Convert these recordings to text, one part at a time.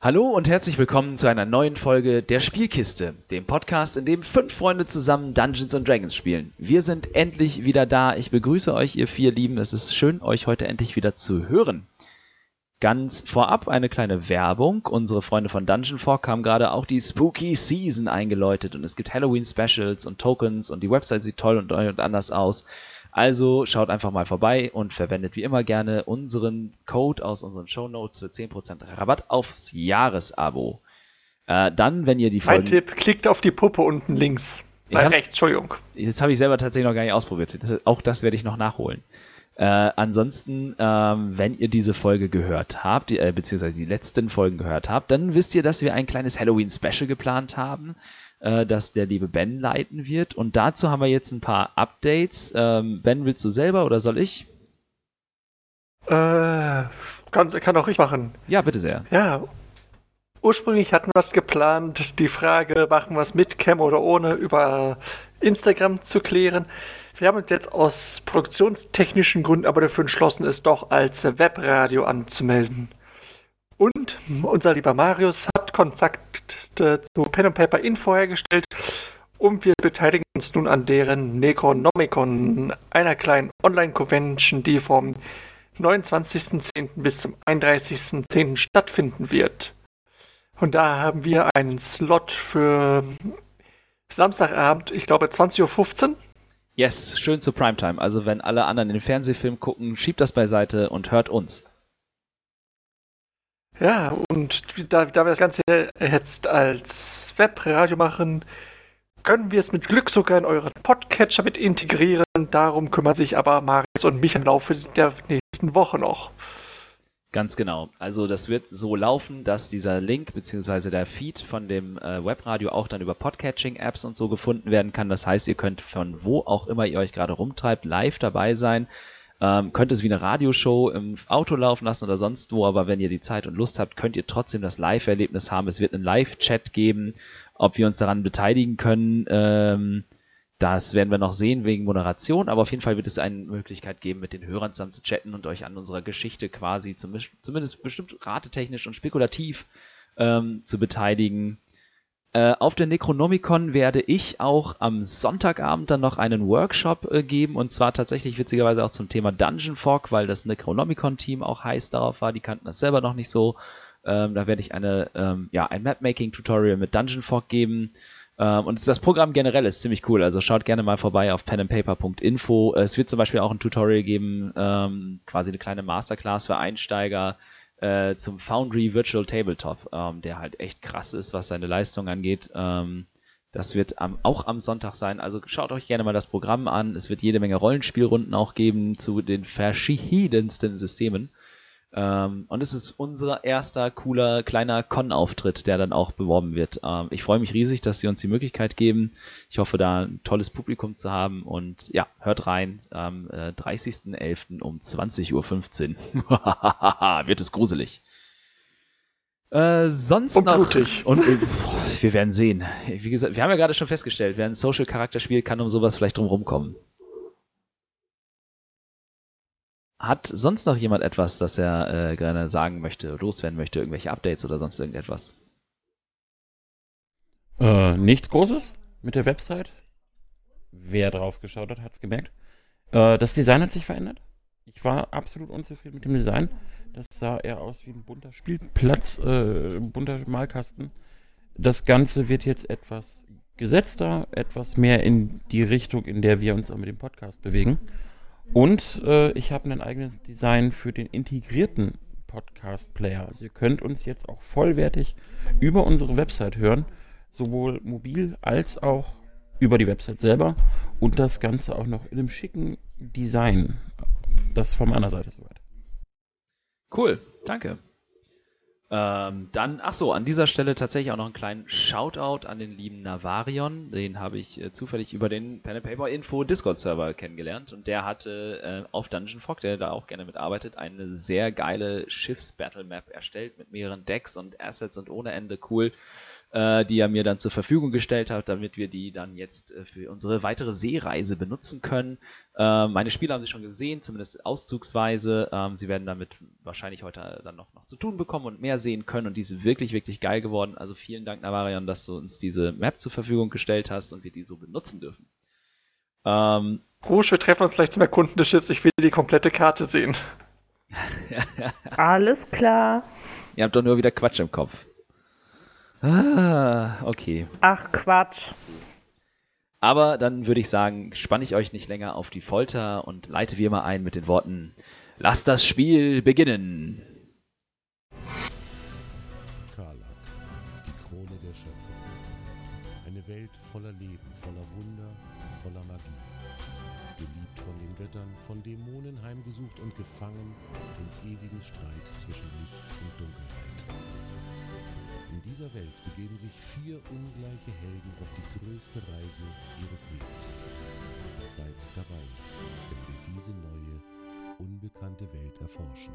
Hallo und herzlich willkommen zu einer neuen Folge der Spielkiste, dem Podcast, in dem 5 Freunde zusammen Dungeons & Dragons spielen. Wir sind endlich wieder da. Ich begrüße euch, ihr 4 Lieben. Es ist schön, euch heute endlich wieder zu hören. Ganz vorab eine kleine Werbung. Unsere Freunde von Dungeon Fog haben gerade auch die Spooky Season eingeläutet und es gibt Halloween-Specials und Tokens und die Website sieht toll und neu und anders aus. Also schaut einfach mal vorbei und verwendet wie immer gerne unseren Code aus unseren Shownotes für 10% Rabatt aufs Jahresabo. Dann, wenn ihr die Folgen... Mein Tipp, klickt auf die Puppe unten links. Rechts, Entschuldigung. Jetzt habe ich selber tatsächlich noch gar nicht ausprobiert. Auch das werde ich noch nachholen. Ansonsten, wenn ihr diese Folge gehört habt, beziehungsweise die letzten Folgen gehört habt, dann wisst ihr, dass wir ein kleines Halloween-Special geplant haben, das der liebe Ben leiten wird. Und dazu haben wir jetzt ein paar Updates. Ben, willst du selber oder soll ich? Kann auch ich machen. Ja, bitte sehr. Ja, ursprünglich hatten wir es geplant, die Frage, machen wir es mit Cam oder ohne, über Instagram zu klären. Wir haben uns jetzt aus produktionstechnischen Gründen aber dafür entschlossen, es doch als Webradio anzumelden. Und unser lieber Marius hat Kontakt zu Pen and Paper Info hergestellt und wir beteiligen uns nun an deren Necronomicon, einer kleinen Online-Convention, die vom 29.10. bis zum 31.10. stattfinden wird. Und da haben wir einen Slot für Samstagabend, ich glaube 20.15 Uhr. Yes, schön zu Primetime. Also wenn alle anderen den Fernsehfilm gucken, schiebt das beiseite und hört uns. Ja, und da wir das Ganze jetzt als Webradio machen, können wir es mit Glück sogar in euren Podcatcher mit integrieren. Darum kümmern sich aber Marius und mich im Laufe der nächsten Woche noch. Ganz genau. Also das wird so laufen, dass dieser Link bzw. der Feed von dem Webradio auch dann über Podcatching-Apps und so gefunden werden kann. Das heißt, ihr könnt von wo auch immer ihr euch gerade rumtreibt, live dabei sein. Könnt es wie eine Radioshow im Auto laufen lassen oder sonst wo, aber wenn ihr die Zeit und Lust habt, könnt ihr trotzdem das Live-Erlebnis haben. Es wird einen Live-Chat geben, ob wir uns daran beteiligen können. Das werden wir noch sehen wegen Moderation, aber auf jeden Fall wird es eine Möglichkeit geben, mit den Hörern zusammen zu chatten und euch an unserer Geschichte quasi zumindest bestimmt ratetechnisch und spekulativ zu beteiligen. Auf der Necronomicon werde ich auch am Sonntagabend dann noch einen Workshop geben und zwar tatsächlich witzigerweise auch zum Thema Dungeon Fog, weil das Necronomicon-Team auch heiß darauf war, die kannten das selber noch nicht so. Da werde ich ein Mapmaking-Tutorial mit Dungeon Fog geben. Und das Programm generell ist ziemlich cool, also schaut gerne mal vorbei auf penandpaper.info. Es wird zum Beispiel auch ein Tutorial geben, quasi eine kleine Masterclass für Einsteiger zum Foundry Virtual Tabletop, der halt echt krass ist, was seine Leistung angeht. Das wird auch am Sonntag sein, also schaut euch gerne mal das Programm an. Es wird jede Menge Rollenspielrunden auch geben zu den verschiedensten Systemen. Und es ist unser erster cooler kleiner Con-Auftritt, der dann auch beworben wird. Ich freue mich riesig, dass sie uns die Möglichkeit geben. Ich hoffe, da ein tolles Publikum zu haben. Und ja, hört rein am 30.11. um 20.15 Uhr. Wird es gruselig. Sonst und noch... blutig. Und wir werden sehen. Wie gesagt, wir haben ja gerade schon festgestellt, wer ein Social-Charakter spielt, kann um sowas vielleicht drum rumkommen. Hat sonst noch jemand etwas, das er gerne sagen möchte, loswerden möchte, irgendwelche Updates oder sonst irgendetwas? Nichts Großes mit der Website. Wer drauf geschaut hat, hat es gemerkt. Das Design hat sich verändert. Ich war absolut unzufrieden mit dem Design. Das sah eher aus wie ein bunter Spielplatz, bunter Malkasten. Das Ganze wird jetzt etwas gesetzter, etwas mehr in die Richtung, in der wir uns auch mit dem Podcast bewegen. Und ich habe ein eigenes Design für den integrierten Podcast-Player. Also ihr könnt uns jetzt auch vollwertig über unsere Website hören, sowohl mobil als auch über die Website selber und das Ganze auch noch in einem schicken Design. Das von meiner Seite soweit. Cool, danke. Dann, an dieser Stelle tatsächlich auch noch einen kleinen Shoutout an den lieben Navarion. Den habe ich zufällig über den Pen and Paper Info Discord-Server kennengelernt und der hatte auf Dungeon Fog, der da auch gerne mitarbeitet, eine sehr geile Schiffs-Battle-Map erstellt mit mehreren Decks und Assets und ohne Ende cool. die er mir dann zur Verfügung gestellt hat, damit wir die dann jetzt für unsere weitere Seereise benutzen können. Meine Spiele haben Sie schon gesehen, zumindest auszugsweise. Sie werden damit wahrscheinlich heute dann noch zu tun bekommen und mehr sehen können und die sind wirklich, wirklich geil geworden. Also vielen Dank, Navarian, dass du uns diese Map zur Verfügung gestellt hast und wir die so benutzen dürfen. Rouge, wir treffen uns gleich zum Erkunden des Schiffs. Ich will die komplette Karte sehen. Alles klar. Ihr habt doch nur wieder Quatsch im Kopf. Okay. Ach, Quatsch. Aber dann würde ich sagen, spanne ich euch nicht länger auf die Folter und leite wie immer ein mit den Worten: Lasst das Spiel beginnen! Karlak, die Krone der Schöpfung. Eine Welt voller Leben, voller Wunder, voller Magie. Geliebt von den Göttern, von Dämonen heimgesucht und gefangen im ewigen Streit zwischen Licht und Dunkelheit. In dieser Welt begeben sich 4 ungleiche Helden auf die größte Reise ihres Lebens. Seid dabei, wenn wir diese neue, unbekannte Welt erforschen.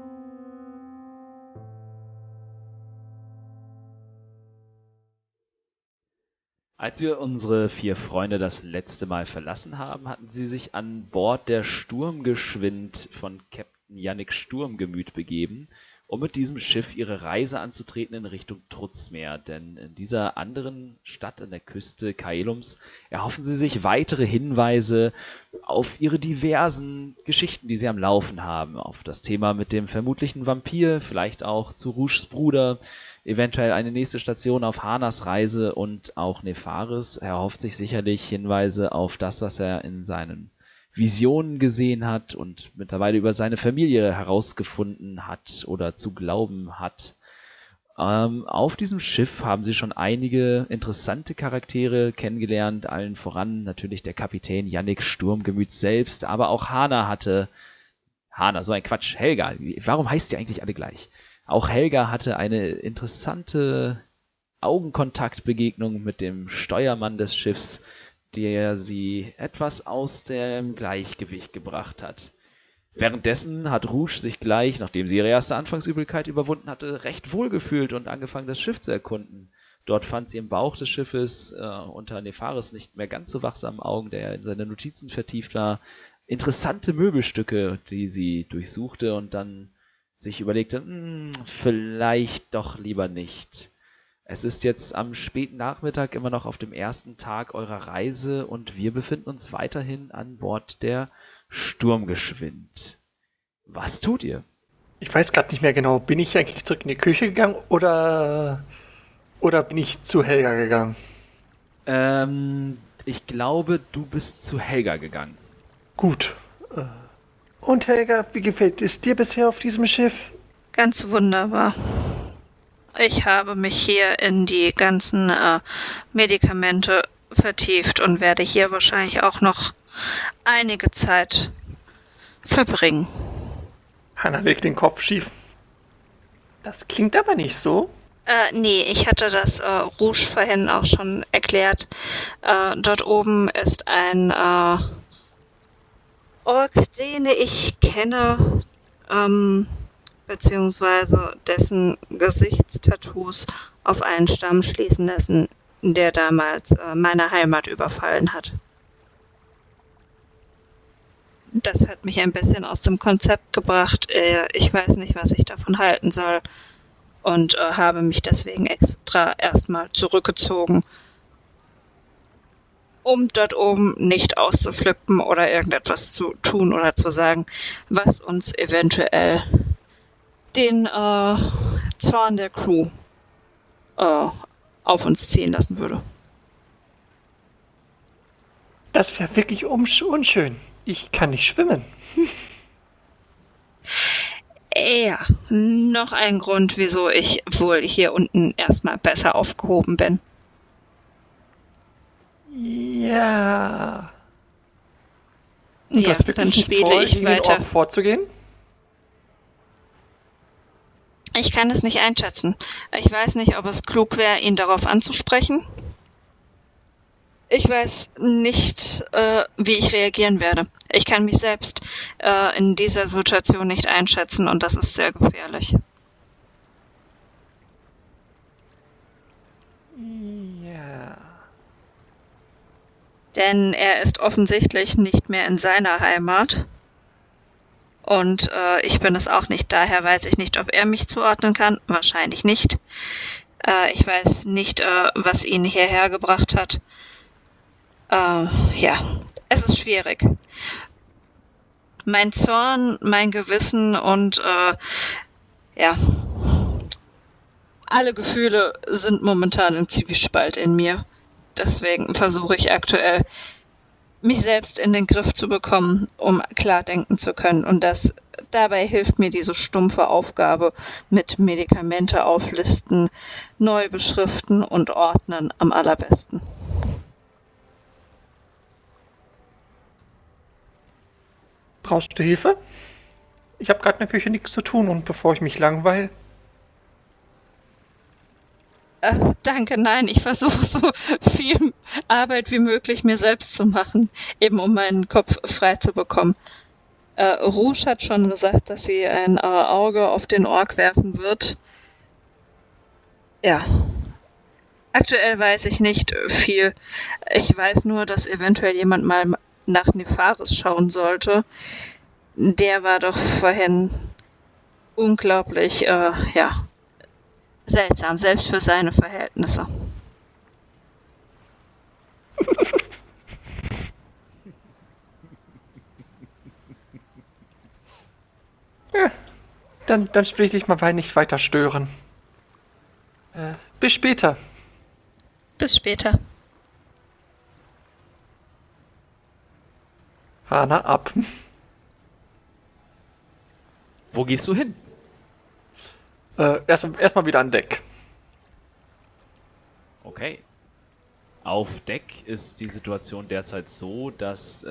Als wir unsere 4 Freunde das letzte Mal verlassen haben, hatten sie sich an Bord der Sturmgeschwind von Captain Yannick Sturmgemüt begeben, um mit diesem Schiff ihre Reise anzutreten in Richtung Trutzmeer, denn in dieser anderen Stadt an der Küste Kaelums erhoffen sie sich weitere Hinweise auf ihre diversen Geschichten, die sie am Laufen haben, auf das Thema mit dem vermutlichen Vampir, vielleicht auch zu Rouges Bruder, eventuell eine nächste Station auf Hanas Reise und auch Nefaris erhofft sich sicherlich Hinweise auf das, was er in seinen Visionen gesehen hat und mittlerweile über seine Familie herausgefunden hat oder zu glauben hat. Auf diesem Schiff haben sie schon einige interessante Charaktere kennengelernt, allen voran natürlich der Kapitän Yannick Sturmgemüt selbst, aber auch Hana, so ein Quatsch, Helga, warum heißt die eigentlich alle gleich? Auch Helga hatte eine interessante Augenkontaktbegegnung mit dem Steuermann des Schiffs, der sie etwas aus dem Gleichgewicht gebracht hat. Währenddessen hat Rouge sich gleich, nachdem sie ihre erste Anfangsübelkeit überwunden hatte, recht wohl gefühlt und angefangen, das Schiff zu erkunden. Dort fand sie im Bauch des Schiffes unter Nefaris nicht mehr ganz so wachsamen Augen, der in seine Notizen vertieft war, interessante Möbelstücke, die sie durchsuchte und dann sich überlegte, vielleicht doch lieber nicht. Es ist jetzt am späten Nachmittag immer noch auf dem ersten Tag eurer Reise und wir befinden uns weiterhin an Bord der Sturmgeschwind. Was tut ihr? Ich weiß gerade nicht mehr genau. Bin ich eigentlich zurück in die Küche gegangen oder bin ich zu Helga gegangen? Ich glaube, du bist zu Helga gegangen. Gut. Und Helga, wie gefällt es dir bisher auf diesem Schiff? Ganz wunderbar. Ich habe mich hier in die ganzen Medikamente vertieft und werde hier wahrscheinlich auch noch einige Zeit verbringen. Hana legt den Kopf schief. Das klingt aber nicht so. Nee, ich hatte das Rouge vorhin auch schon erklärt. Dort oben ist ein Ork, den ich kenne, beziehungsweise dessen Gesichtstattoos auf einen Stamm schließen lassen, der damals meine Heimat überfallen hat. Das hat mich ein bisschen aus dem Konzept gebracht. Ich weiß nicht, was ich davon halten soll und habe mich deswegen extra erstmal zurückgezogen, um dort oben nicht auszuflippen oder irgendetwas zu tun oder zu sagen, was uns eventuell den Zorn der Crew auf uns ziehen lassen würde. Das wäre wirklich unschön. Ich kann nicht schwimmen. Ja, noch ein Grund, wieso ich wohl hier unten erstmal besser aufgehoben bin. Ja. Ja, dann spiele ich weiter. Vorzugehen? Ich kann es nicht einschätzen. Ich weiß nicht, ob es klug wäre, ihn darauf anzusprechen. Ich weiß nicht, wie ich reagieren werde. Ich kann mich selbst in dieser Situation nicht einschätzen und das ist sehr gefährlich. Denn er ist offensichtlich nicht mehr in seiner Heimat. Und ich bin es auch nicht. Daher weiß ich nicht, ob er mich zuordnen kann. Wahrscheinlich nicht. Ich weiß nicht, was ihn hierher gebracht hat. Ja, es ist schwierig. Mein Zorn, mein Gewissen und ja, alle Gefühle sind momentan im Zwiespalt in mir. Deswegen versuche ich aktuell, mich selbst in den Griff zu bekommen, um klar denken zu können. Und dabei hilft mir diese stumpfe Aufgabe mit Medikamente auflisten, neu beschriften und ordnen am allerbesten. Brauchst du Hilfe? Ich habe gerade in der Küche nichts zu tun und bevor ich mich langweile. Danke, nein, ich versuche so viel Arbeit wie möglich mir selbst zu machen, eben um meinen Kopf frei zu bekommen. Rouge hat schon gesagt, dass sie ein Auge auf den Ork werfen wird. Ja. Aktuell weiß ich nicht viel. Ich weiß nur, dass eventuell jemand mal nach Nefaris schauen sollte. Der war doch vorhin unglaublich, ja, seltsam, selbst für seine Verhältnisse. Ja, dann will ich dich mal nicht weiter stören. Bis später. Bis später. Hana ab. Wo gehst du hin? Erstmal wieder an Deck. Okay. Auf Deck ist die Situation derzeit so, dass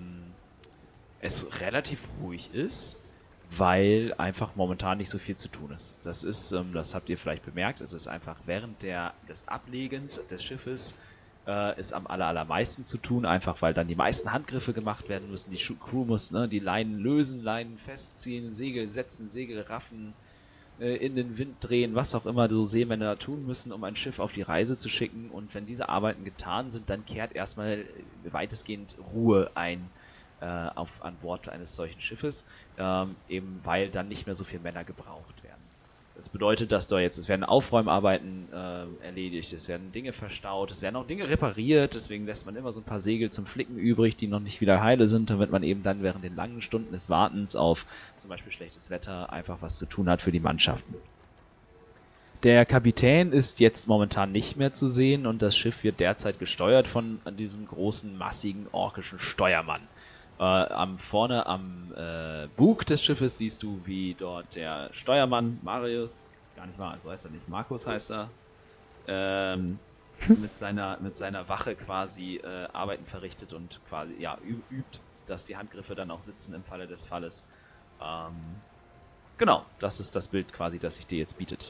es relativ ruhig ist, weil einfach momentan nicht so viel zu tun ist. Das ist, das habt ihr vielleicht bemerkt, es ist einfach während des Ablegens des Schiffes ist am allermeisten zu tun, einfach weil dann die meisten Handgriffe gemacht werden müssen. Die Crew muss die Leinen lösen, Leinen festziehen, Segel setzen, Segel raffen, in den Wind drehen, was auch immer so Seemänner tun müssen, um ein Schiff auf die Reise zu schicken. Und wenn diese Arbeiten getan sind, dann kehrt erstmal weitestgehend Ruhe ein an Bord eines solchen Schiffes, eben weil dann nicht mehr so viele Männer gebraucht werden. Das bedeutet, dass es werden Aufräumarbeiten erledigt, es werden Dinge verstaut, es werden auch Dinge repariert, deswegen lässt man immer so ein paar Segel zum Flicken übrig, die noch nicht wieder heile sind, damit man eben dann während den langen Stunden des Wartens auf zum Beispiel schlechtes Wetter einfach was zu tun hat für die Mannschaften. Der Kapitän ist jetzt momentan nicht mehr zu sehen und das Schiff wird derzeit gesteuert von diesem großen, massigen, orkischen Steuermann. Vorne am Bug des Schiffes siehst du, wie dort der Steuermann Marius, gar nicht mal, so heißt er nicht, Markus heißt er, mit seiner Wache quasi Arbeiten verrichtet und quasi übt, dass die Handgriffe dann auch sitzen im Falle des Falles. Genau, das ist das Bild quasi, das sich dir jetzt bietet.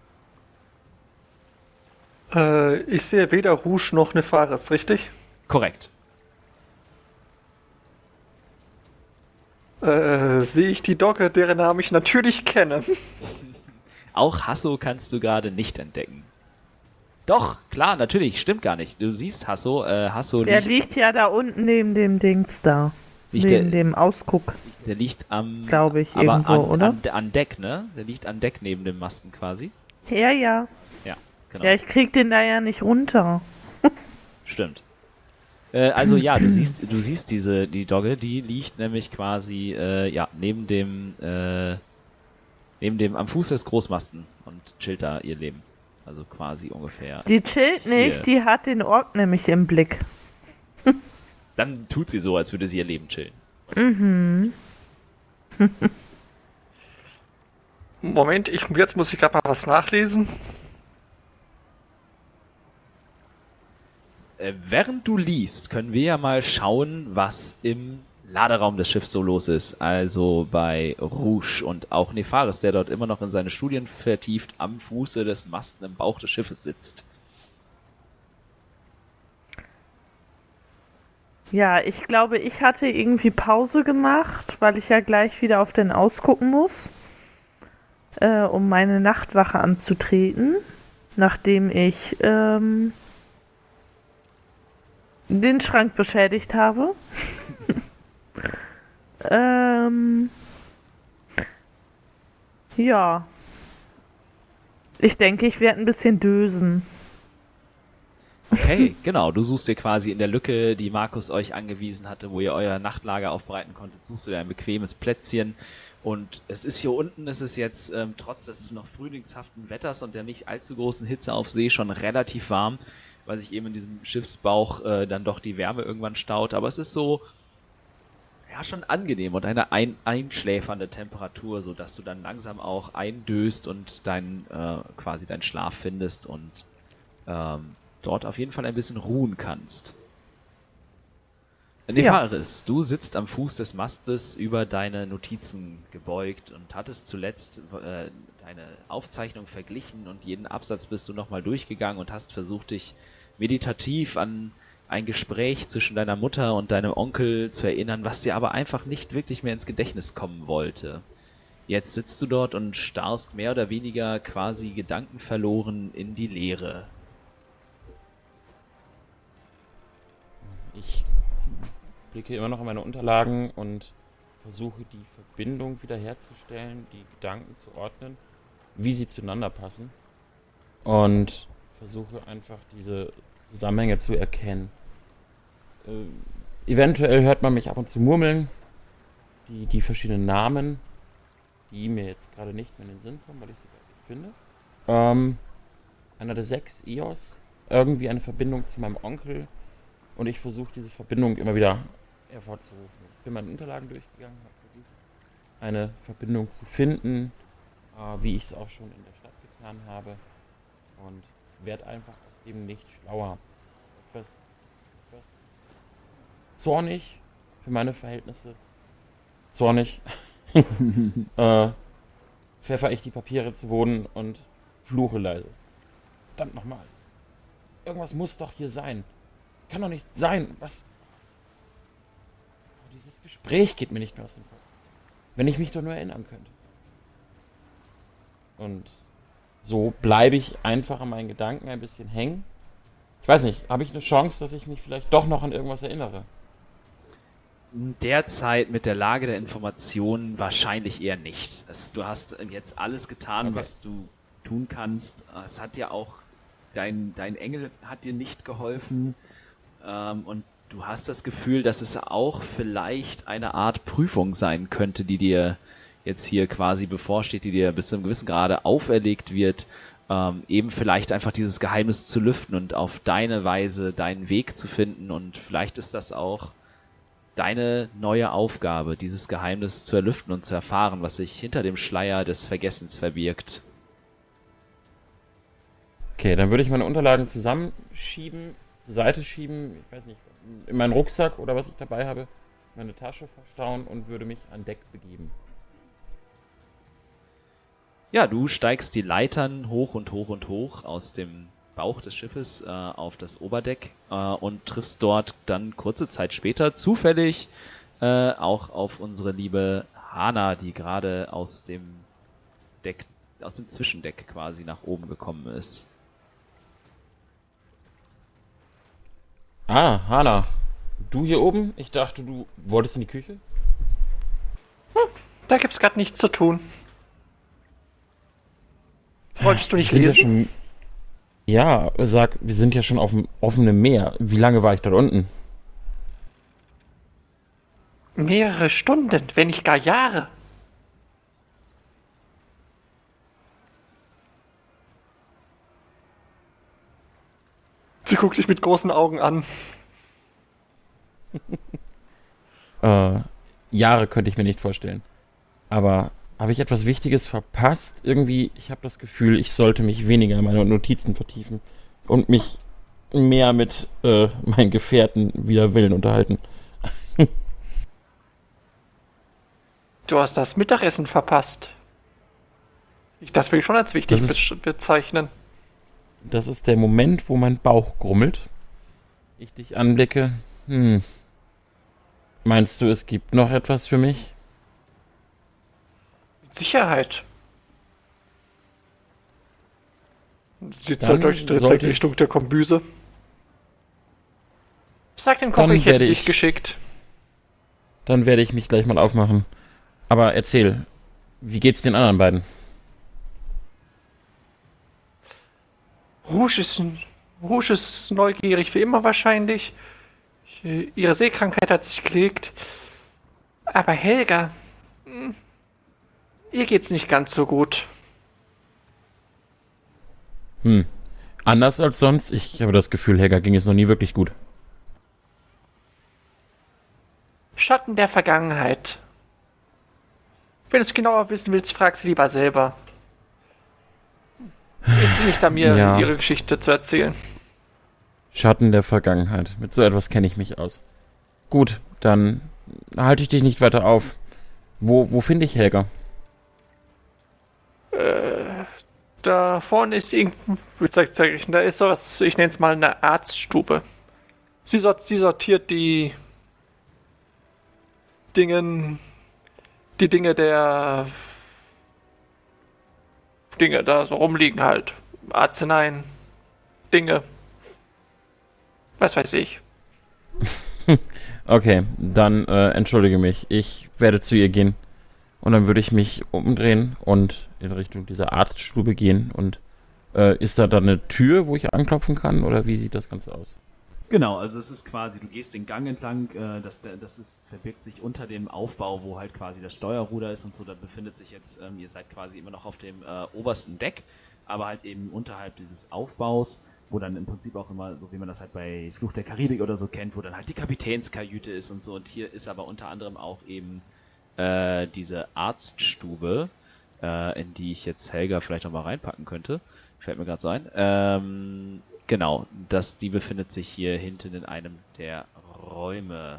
Ich sehe weder Rouge noch Nefaris, richtig? Korrekt. Sehe ich die Dogge, deren Namen ich natürlich kenne. Auch Hasso kannst du gerade nicht entdecken. Doch, klar, natürlich, stimmt gar nicht. Du siehst Hasso. Der liegt ja da unten neben dem Dings da. Neben dem Ausguck. Der liegt am... Glaube ich, aber irgendwo, oder? An Deck, ne? Der liegt an Deck neben dem Masten quasi. Ja. Ja, genau. Ja, ich krieg den da ja nicht runter. Stimmt. Also ja, du siehst die Dogge, die liegt nämlich quasi neben dem am Fuß des Großmasten und chillt da ihr Leben. Also quasi ungefähr. Die chillt nicht, die hat den Ork nämlich im Blick. Dann tut sie so, als würde sie ihr Leben chillen. Mhm. Moment, jetzt muss ich gerade mal was nachlesen. Während du liest, können wir ja mal schauen, was im Laderaum des Schiffs so los ist. Also bei Rouge und auch Nefaris, der dort immer noch in seine Studien vertieft am Fuße des Masten im Bauch des Schiffes sitzt. Ja, ich glaube, ich hatte irgendwie Pause gemacht, weil ich ja gleich wieder auf den ausgucken muss, um meine Nachtwache anzutreten, nachdem ich den Schrank beschädigt habe. Ja. Ich denke, ich werde ein bisschen dösen. Okay, genau. Du suchst dir quasi in der Lücke, die Markus euch angewiesen hatte, wo ihr euer Nachtlager aufbereiten konntet, suchst du dir ein bequemes Plätzchen. Und es ist hier unten, es ist jetzt trotz des noch frühlingshaften Wetters und der nicht allzu großen Hitze auf See schon relativ warm, weil sich eben in diesem Schiffsbauch dann doch die Wärme irgendwann staut. Aber es ist so, ja, schon angenehm und eine einschläfernde Temperatur, sodass du dann langsam auch eindöst und quasi deinen Schlaf findest und dort auf jeden Fall ein bisschen ruhen kannst. Nefaris, du sitzt am Fuß des Mastes über deine Notizen gebeugt und hattest zuletzt deine Aufzeichnung verglichen und jeden Absatz bist du nochmal durchgegangen und hast versucht, dich meditativ an ein Gespräch zwischen deiner Mutter und deinem Onkel zu erinnern, was dir aber einfach nicht wirklich mehr ins Gedächtnis kommen wollte. Jetzt sitzt du dort und starrst mehr oder weniger quasi gedankenverloren in die Leere. Ich blicke immer noch in meine Unterlagen und versuche die Verbindung wiederherzustellen, die Gedanken zu ordnen, wie sie zueinander passen und versuche einfach diese Zusammenhänge zu erkennen. Eventuell hört man mich ab und zu murmeln, die verschiedenen Namen, die mir jetzt gerade nicht mehr in den Sinn kommen, weil ich sie gerade nicht finde. Einer der 6, Eos, irgendwie eine Verbindung zu meinem Onkel und ich versuche diese Verbindung immer wieder hervorzurufen. Ich bin meine Unterlagen durchgegangen, habe versucht, eine Verbindung zu finden, wie ich es auch schon in der Stadt getan habe und werde einfach aus dem nicht schlauer. Etwas zornig für meine Verhältnisse. Zornig. Pfeffer ich die Papiere zu Boden und fluche leise. Verdammt nochmal. Irgendwas muss doch hier sein. Kann doch nicht sein. Was? Dieses Gespräch geht mir nicht mehr aus dem Kopf. Wenn ich mich doch nur erinnern könnte. Und so bleibe ich einfach an meinen Gedanken ein bisschen hängen. Ich weiß nicht, habe ich eine Chance, dass ich mich vielleicht doch noch an irgendwas erinnere? Derzeit mit der Lage der Informationen wahrscheinlich eher nicht. Du hast jetzt alles getan, Okay. was du tun kannst. Es hat ja auch, dein Engel hat dir nicht geholfen. Und du hast das Gefühl, dass es auch vielleicht eine Art Prüfung sein könnte, die dir jetzt hier quasi bevorsteht, die dir bis zu einem gewissen Grade auferlegt wird, eben vielleicht einfach dieses Geheimnis zu lüften und auf deine Weise deinen Weg zu finden. Und vielleicht ist das auch deine neue Aufgabe, dieses Geheimnis zu erlüften und zu erfahren, was sich hinter dem Schleier des Vergessens verbirgt. Okay, dann würde ich meine Unterlagen zusammenschieben, zur Seite schieben, ich weiß nicht, in meinen Rucksack oder was ich dabei habe, meine Tasche verstauen und würde mich an Deck begeben. Ja, du steigst die Leitern hoch und hoch und hoch aus dem Bauch des Schiffes auf das Oberdeck und triffst dort dann kurze Zeit später zufällig auch auf unsere liebe Hana, die gerade aus dem Zwischendeck quasi nach oben gekommen ist. Ah, Hana, du hier oben? Ich dachte, du wolltest in die Küche? Da gibt's gerade nichts zu tun. Wolltest du nicht Wir sind lesen? Ja, sag, wir sind ja schon auf dem offenen Meer. Wie lange war ich dort unten? Mehrere Stunden, wenn nicht gar Jahre. Sie guckt dich mit großen Augen an. Jahre könnte ich mir nicht vorstellen. Aber habe ich etwas Wichtiges verpasst? Irgendwie, ich habe das Gefühl, ich sollte mich weniger in meine Notizen vertiefen und mich mehr mit meinen Gefährten wider Willen unterhalten. Du hast das Mittagessen verpasst. Das will ich schon als wichtig bezeichnen. Das ist der Moment, wo mein Bauch grummelt. Ich dich anblicke. Meinst du, es gibt noch etwas für mich? Mit Sicherheit. Sie Dann zeigt euch sollte Richtung der Kombüse. Sag dem Koch, Dann ich hätte werde dich ich- geschickt. Dann werde ich mich gleich mal aufmachen. Aber erzähl, wie geht's den anderen beiden? Rouge ist neugierig wie immer wahrscheinlich. Ihre Sehkrankheit hat sich gelegt. Aber Helga, ihr geht's nicht ganz so gut. Anders als sonst? Ich habe das Gefühl, Helga ging es noch nie wirklich gut. Schatten der Vergangenheit. Wenn du es genauer wissen willst, frag sie lieber selber. Ist sie nicht an mir, Ja. ihre Geschichte zu erzählen. Schatten der Vergangenheit. Mit so etwas kenne ich mich aus. Gut, dann halte ich dich nicht weiter auf. Wo finde ich Helga? Da vorne ist irgendwo, da ist sowas, ich nenne es mal eine Arztstube. Sie sortiert die Dinge der Dinge da so rumliegen halt. Arzneien, Dinge. Was weiß ich. Okay, dann entschuldige mich. Ich werde zu ihr gehen. Und dann würde ich mich umdrehen und in Richtung dieser Arztstube gehen. Und ist da dann eine Tür, wo ich anklopfen kann? Oder wie sieht das Ganze aus? Genau, also es ist quasi, du gehst den Gang entlang, verbirgt sich unter dem Aufbau, wo halt quasi das Steuerruder ist und so, da befindet sich jetzt, ihr seid quasi immer noch auf dem obersten Deck, aber halt eben unterhalb dieses Aufbaus, wo dann im Prinzip auch immer, so wie man das halt bei Fluch der Karibik oder so kennt, wo dann halt die Kapitänskajüte ist und so, und hier ist aber unter anderem auch eben diese Arztstube, in die ich jetzt Helga vielleicht noch mal reinpacken könnte, fällt mir gerade so ein. Genau, die befindet sich hier hinten in einem der Räume.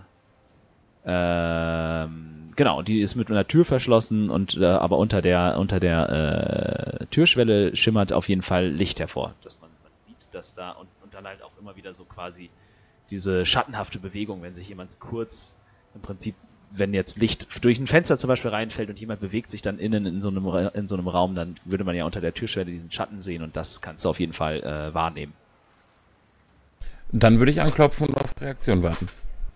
Genau, die ist mit einer Tür verschlossen und aber unter der Türschwelle schimmert auf jeden Fall Licht hervor, dass man sieht, dass da und dann halt auch immer wieder so quasi diese schattenhafte Bewegung, wenn sich jemand kurz im Prinzip, wenn jetzt Licht durch ein Fenster zum Beispiel reinfällt und jemand bewegt sich dann innen in so einem Raum, dann würde man ja unter der Türschwelle diesen Schatten sehen und das kannst du auf jeden Fall wahrnehmen. Dann würde ich anklopfen und auf Reaktion warten.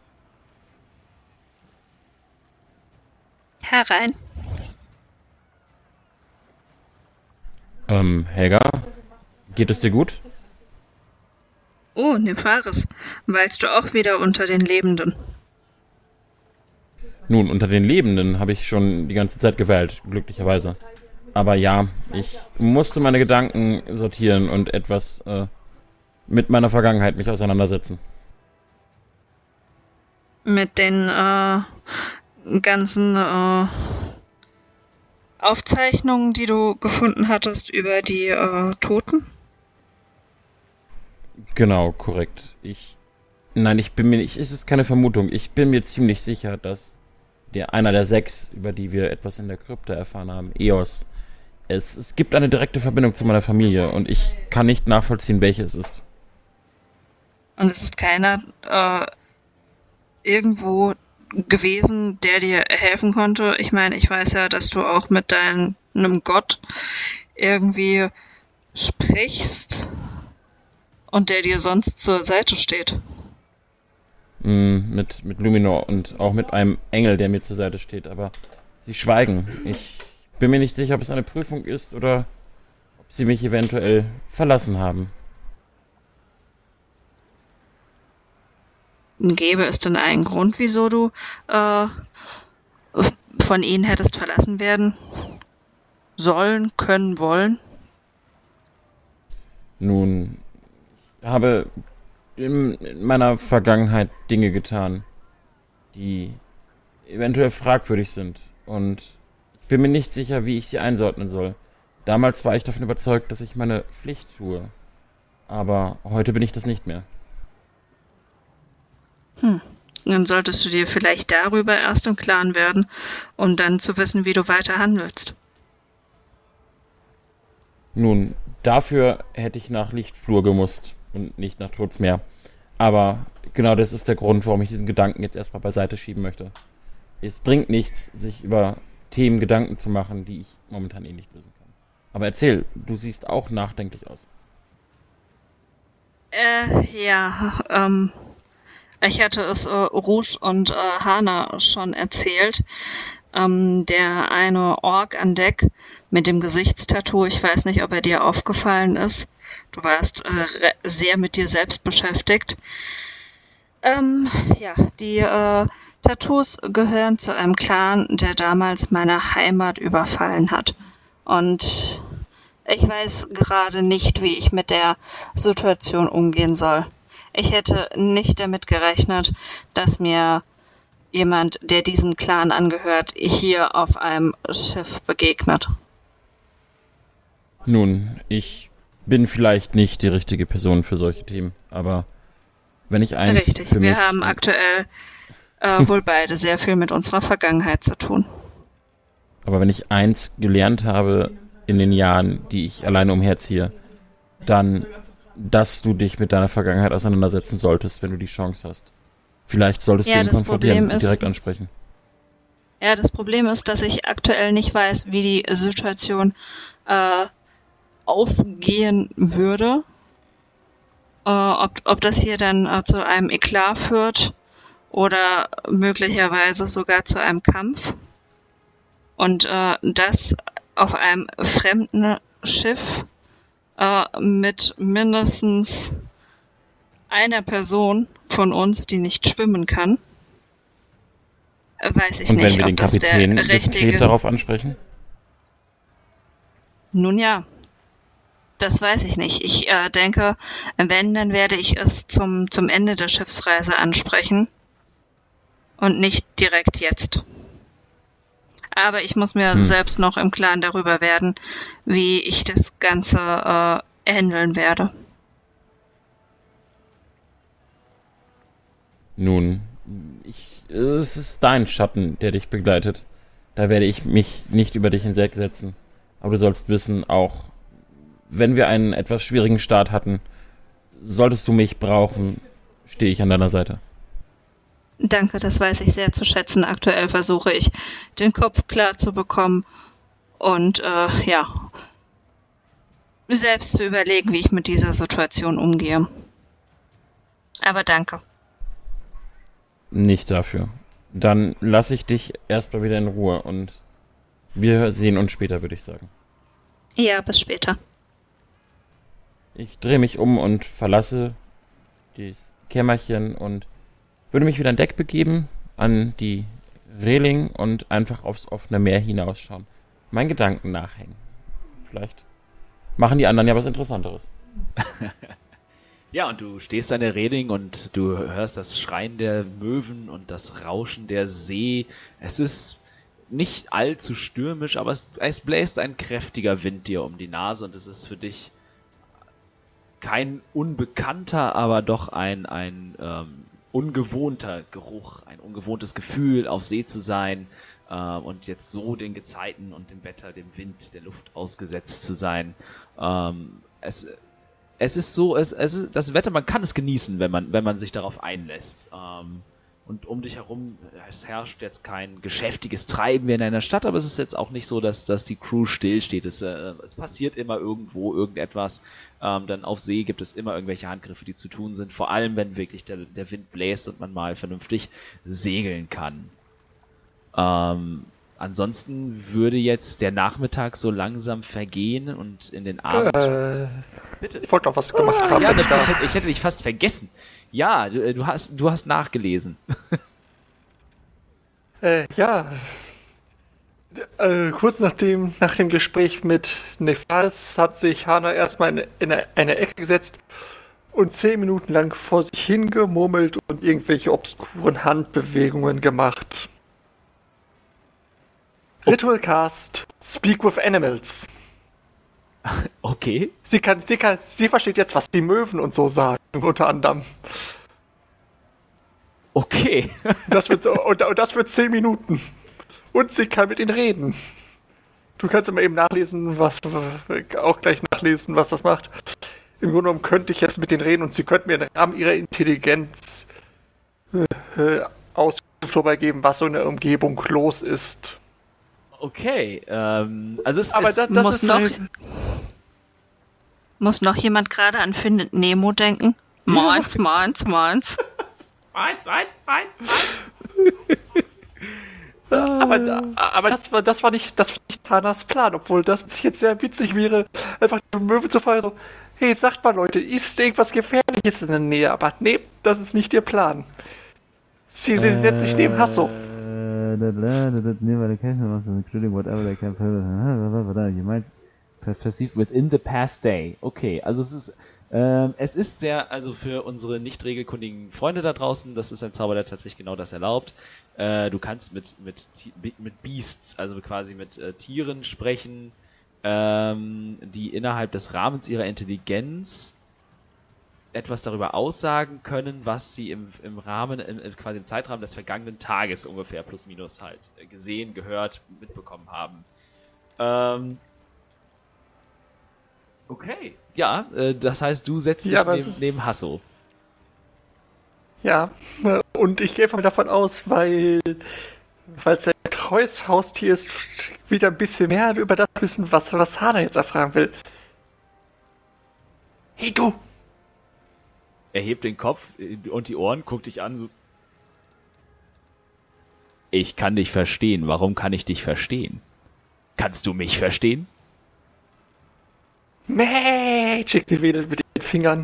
Herein. Helga, geht es dir gut? Oh, Nefaris. Weilst du auch wieder unter den Lebenden? Nun, unter den Lebenden habe ich schon die ganze Zeit gewählt, glücklicherweise. Aber ja, ich musste meine Gedanken sortieren und etwas mit meiner Vergangenheit mich auseinandersetzen. Mit den ganzen Aufzeichnungen, die du gefunden hattest über die Toten? Genau, korrekt. Es ist keine Vermutung. Ich bin mir ziemlich sicher, dass einer der 6, über die wir etwas in der Krypta erfahren haben, Eos, es gibt eine direkte Verbindung zu meiner Familie und ich kann nicht nachvollziehen, welche es ist. Und es ist keiner irgendwo gewesen, der dir helfen konnte. Ich meine, ich weiß ja, dass du auch mit deinem Gott irgendwie sprichst und der dir sonst zur Seite steht. Mit Luminor und auch mit einem Engel, der mir zur Seite steht, aber sie schweigen. Ich bin mir nicht sicher, ob es eine Prüfung ist oder ob sie mich eventuell verlassen haben. Gäbe es denn einen Grund, wieso du von ihnen hättest verlassen werden sollen, können, wollen? Nun, ich habe in meiner Vergangenheit Dinge getan, die eventuell fragwürdig sind. Und ich bin mir nicht sicher, wie ich sie einordnen soll. Damals war ich davon überzeugt, dass ich meine Pflicht tue. Aber heute bin ich das nicht mehr. Dann solltest du dir vielleicht darüber erst im Klaren werden, um dann zu wissen, wie du weiter handelst. Nun, dafür hätte ich nach Lichtflur gemusst und nicht nach Todsmeer. Aber genau das ist der Grund, warum ich diesen Gedanken jetzt erstmal beiseite schieben möchte. Es bringt nichts, sich über Themen Gedanken zu machen, die ich momentan eh nicht lösen kann. Aber erzähl, du siehst auch nachdenklich aus. Ich hatte es Rouge und Hana schon erzählt. Der eine Ork an Deck mit dem Gesichtstattoo, ich weiß nicht, ob er dir aufgefallen ist. Du warst sehr mit dir selbst beschäftigt. Die Tattoos gehören zu einem Clan, der damals meine Heimat überfallen hat. Und ich weiß gerade nicht, wie ich mit der Situation umgehen soll. Ich hätte nicht damit gerechnet, dass mir jemand, der diesem Clan angehört, hier auf einem Schiff begegnet. Nun, ich bin vielleicht nicht die richtige Person für solche Themen, aber wenn ich eins Richtig, für mich... wir haben aktuell wohl beide sehr viel mit unserer Vergangenheit zu tun. Aber wenn ich eins gelernt habe in den Jahren, die ich alleine umherziehe, dann, dass du dich mit deiner Vergangenheit auseinandersetzen solltest, wenn du die Chance hast. Vielleicht solltest du ihn konfrontieren und direkt ansprechen. Ja, das Problem ist, dass ich aktuell nicht weiß, wie die Situation ausgehen würde. Ob das hier dann zu einem Eklat führt oder möglicherweise sogar zu einem Kampf. Und das auf einem fremden Schiff mit mindestens einer Person von uns, die nicht schwimmen kann. Weiß ich und nicht, wenn wir den ob das Kapitän der richtige... diskret darauf ansprechen? Nun ja, das weiß ich nicht. Ich denke, wenn, dann werde ich es zum Ende der Schiffsreise ansprechen und nicht direkt jetzt. Aber ich muss mir selbst noch im Klaren darüber werden, wie ich das Ganze handeln werde. Nun, es ist dein Schatten, der dich begleitet. Da werde ich mich nicht über dich hinwegsetzen. Aber du sollst wissen, auch wenn wir einen etwas schwierigen Start hatten, solltest du mich brauchen, stehe ich an deiner Seite. Danke, das weiß ich sehr zu schätzen. Aktuell versuche ich, den Kopf klar zu bekommen und selbst zu überlegen, wie ich mit dieser Situation umgehe. Aber danke. Nicht dafür. Dann lasse ich dich erstmal wieder in Ruhe und wir sehen uns später, würde ich sagen. Ja, bis später. Ich drehe mich um und verlasse das Kämmerchen und würde mich wieder an Deck begeben, an die Reling und einfach aufs offene Meer hinausschauen. Meinen Gedanken nachhängen. Vielleicht machen die anderen ja was Interessanteres. Ja, und du stehst an der Reling und du hörst das Schreien der Möwen und das Rauschen der See. Es ist nicht allzu stürmisch, aber es bläst ein kräftiger Wind dir um die Nase und es ist für dich kein unbekannter, aber doch ein ungewohnter Geruch, ein ungewohntes Gefühl, auf See zu sein und jetzt so den Gezeiten und dem Wetter, dem Wind, der Luft ausgesetzt zu sein. Es ist so, es ist das Wetter, man kann es genießen, wenn man sich darauf einlässt. Und um dich herum, es herrscht jetzt kein geschäftiges Treiben wie in einer Stadt, aber es ist jetzt auch nicht so, dass die Crew stillsteht. Es passiert immer irgendwo irgendetwas. Dann auf See gibt es immer irgendwelche Handgriffe, die zu tun sind. Vor allem, wenn wirklich der Wind bläst und man mal vernünftig segeln kann. Ansonsten würde jetzt der Nachmittag so langsam vergehen und in den Abend... Bitte? Ich wollte noch was gemacht haben. Ja, ich hätte dich fast vergessen. Ja, du hast nachgelesen. Kurz nach dem Gespräch mit Nefaris hat sich Hana erstmal in eine Ecke gesetzt und 10 Minuten lang vor sich hingemurmelt und irgendwelche obskuren Handbewegungen gemacht. Ritual Cast, Speak with Animals. Okay. Sie versteht jetzt, was die Möwen und so sagen, unter anderem. Okay. Das wird 10 Minuten. Und sie kann mit ihnen reden. Du kannst immer eben nachlesen, was das macht. Im Grunde genommen könnte ich jetzt mit denen reden und sie könnten mir im Rahmen ihrer Intelligenz Auskunft darüber geben, was so in der Umgebung los ist. Okay, also muss noch jemand gerade an Findet Nemo denken? Meins. Aber das war nicht Tanas Plan, obwohl das jetzt sehr witzig wäre, einfach den Möwen zu feuern, so, hey, sagt mal Leute, ist irgendwas Gefährliches in der Nähe? Aber nee, das ist nicht ihr Plan. Sie setzt sich neben Hasso. You might perceive within the past day. Okay, also es ist sehr, also für unsere nicht regelkundigen Freunde da draußen, das ist ein Zauber, der tatsächlich genau das erlaubt. Du kannst mit Beasts, also quasi mit Tieren sprechen, die innerhalb des Rahmens ihrer Intelligenz etwas darüber aussagen können, was sie im Rahmen, quasi im Zeitrahmen des vergangenen Tages ungefähr plus minus halt gesehen, gehört, mitbekommen haben. Okay, ja, das heißt, du setzt dich neben Hasso. Ja, und ich gehe mal davon aus, weil es ein treues Haustier ist, wieder ein bisschen mehr über das wissen, was Hana jetzt erfragen will. Hey, du! Er hebt den Kopf und die Ohren, guckt dich an. So. Ich kann dich verstehen. Warum kann ich dich verstehen? Kannst du mich verstehen? Magic gewedelt mit den Fingern.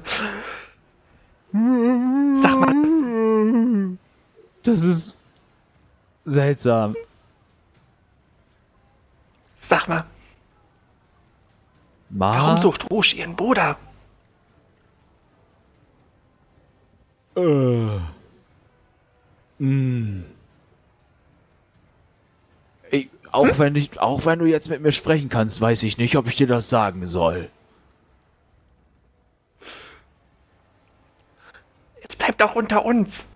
Sag mal. Das ist seltsam. Sag mal. Warum sucht Rouge ihren Bruder? Auch wenn du jetzt mit mir sprechen kannst, weiß ich nicht, ob ich dir das sagen soll. Jetzt bleibt auch unter uns.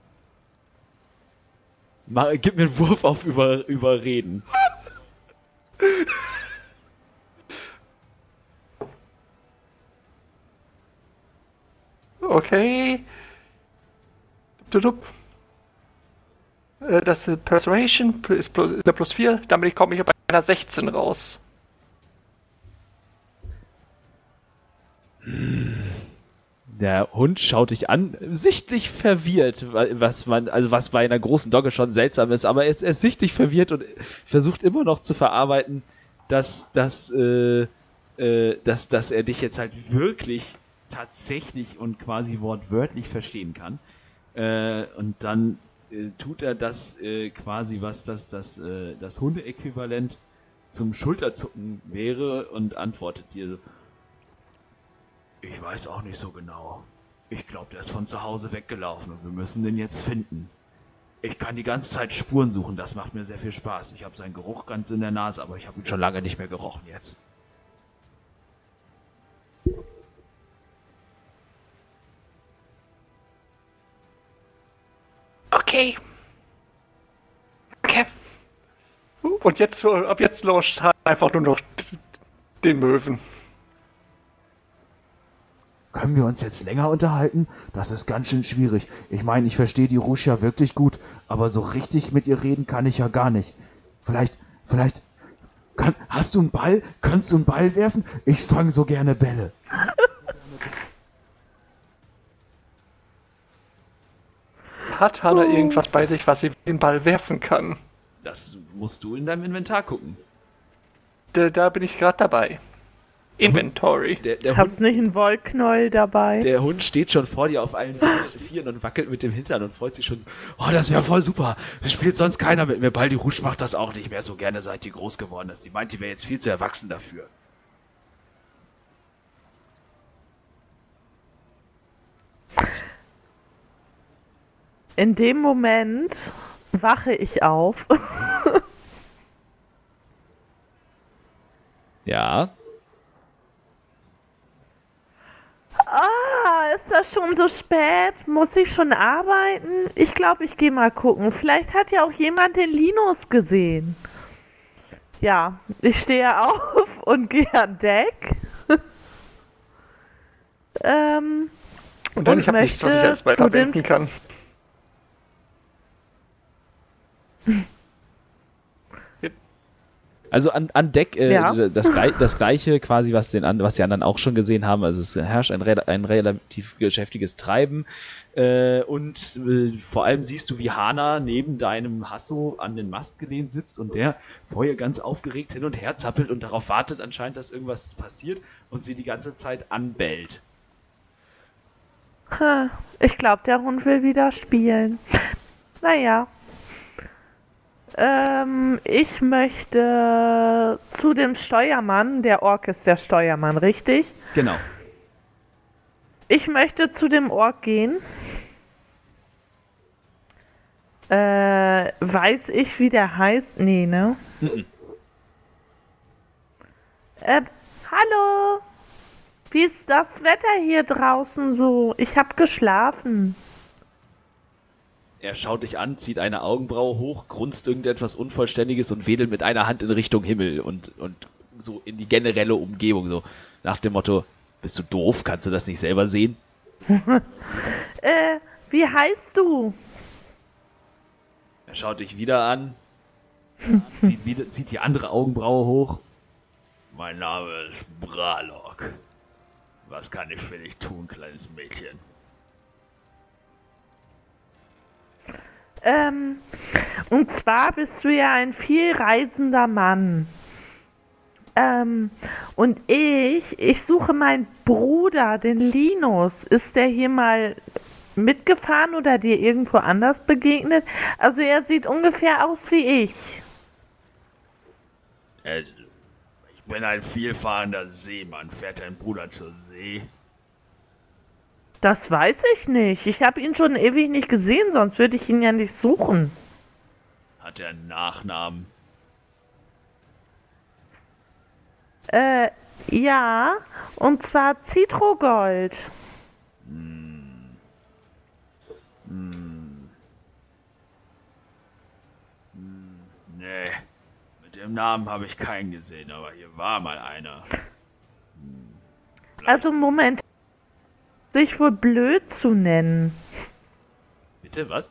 Gib mir einen Wurf auf Überreden. Okay. Das Persuasion ist eine plus 4, damit komme ich bei einer 16 raus. Der Hund schaut dich an, sichtlich verwirrt, was bei einer großen Dogge schon seltsam ist, aber er ist sichtlich verwirrt und versucht immer noch zu verarbeiten, dass er dich jetzt halt wirklich tatsächlich und quasi wortwörtlich verstehen kann. Und dann tut er das quasi, was das Hundeäquivalent zum Schulterzucken wäre und antwortet dir so, ich weiß auch nicht so genau. Ich glaube, der ist von zu Hause weggelaufen und wir müssen den jetzt finden. Ich kann die ganze Zeit Spuren suchen, das macht mir sehr viel Spaß. Ich habe seinen Geruch ganz in der Nase, aber ich habe ihn schon lange nicht mehr gerochen jetzt. Okay. Und ab jetzt lauscht einfach nur noch den Möwen. Können wir uns jetzt länger unterhalten? Das ist ganz schön schwierig. Ich meine, ich verstehe die Rouge ja wirklich gut, aber so richtig mit ihr reden kann ich ja gar nicht. Vielleicht, hast du einen Ball? Kannst du einen Ball werfen? Ich fange so gerne Bälle. Hat Hana irgendwas bei sich, was sie den Ball werfen kann? Das musst du in deinem Inventar gucken. Da bin ich gerade dabei. Inventory. Hast nicht einen Wollknäuel dabei? Der Hund steht schon vor dir auf allen Vieren und wackelt mit dem Hintern und freut sich schon. Oh, das wäre voll super. Es spielt sonst keiner mit mir. Ball, die Rouge macht das auch nicht mehr so gerne, seit die groß geworden ist. Die meint, die wäre jetzt viel zu erwachsen dafür. In dem Moment wache ich auf. Ja. Ist das schon so spät? Muss ich schon arbeiten? Ich glaube, ich gehe mal gucken. Vielleicht hat ja auch jemand den Linus gesehen. Ja, ich stehe auf und gehe an Deck. Und dann, ich habe nichts, was ich als weiterdenken kann. Also an Deck Ja. das gleiche quasi, was die anderen auch schon gesehen haben. Also es herrscht ein relativ geschäftiges Treiben. Und vor allem siehst du, wie Hana neben deinem Hasso an den Mast gelehnt sitzt und der vorher ganz aufgeregt hin und her zappelt und darauf wartet anscheinend, dass irgendwas passiert und sie die ganze Zeit anbellt. Ich glaube, der Hund will wieder spielen. Naja. Ich möchte zu dem Steuermann. Der Ork ist der Steuermann, richtig? Genau. Ich möchte zu dem Ork gehen. Weiß ich, wie der heißt? Nee, ne? Hallo! Wie ist das Wetter hier draußen so? Ich hab geschlafen. Er schaut dich an, zieht eine Augenbraue hoch, grunzt irgendetwas Unvollständiges und wedelt mit einer Hand in Richtung Himmel und so in die generelle Umgebung, so nach dem Motto, bist du doof, kannst du das nicht selber sehen? Wie heißt du? Er schaut dich wieder an, zieht die andere Augenbraue hoch. Mein Name ist Bralok. Was kann ich für dich tun, kleines Mädchen? Und zwar bist du ja ein viel reisender Mann. Und ich suche meinen Bruder, den Linus. Ist der hier mal mitgefahren oder dir irgendwo anders begegnet? Also er sieht ungefähr aus wie ich. Ich bin ein vielfahrender Seemann. Fährt dein Bruder zur See? Das weiß ich nicht. Ich habe ihn schon ewig nicht gesehen, sonst würde ich ihn ja nicht suchen. Hat er einen Nachnamen? Ja, und zwar Zitrogold. Nee, mit dem Namen habe ich keinen gesehen, aber hier war mal einer. Also Moment, sich wohl blöd zu nennen. Bitte, was?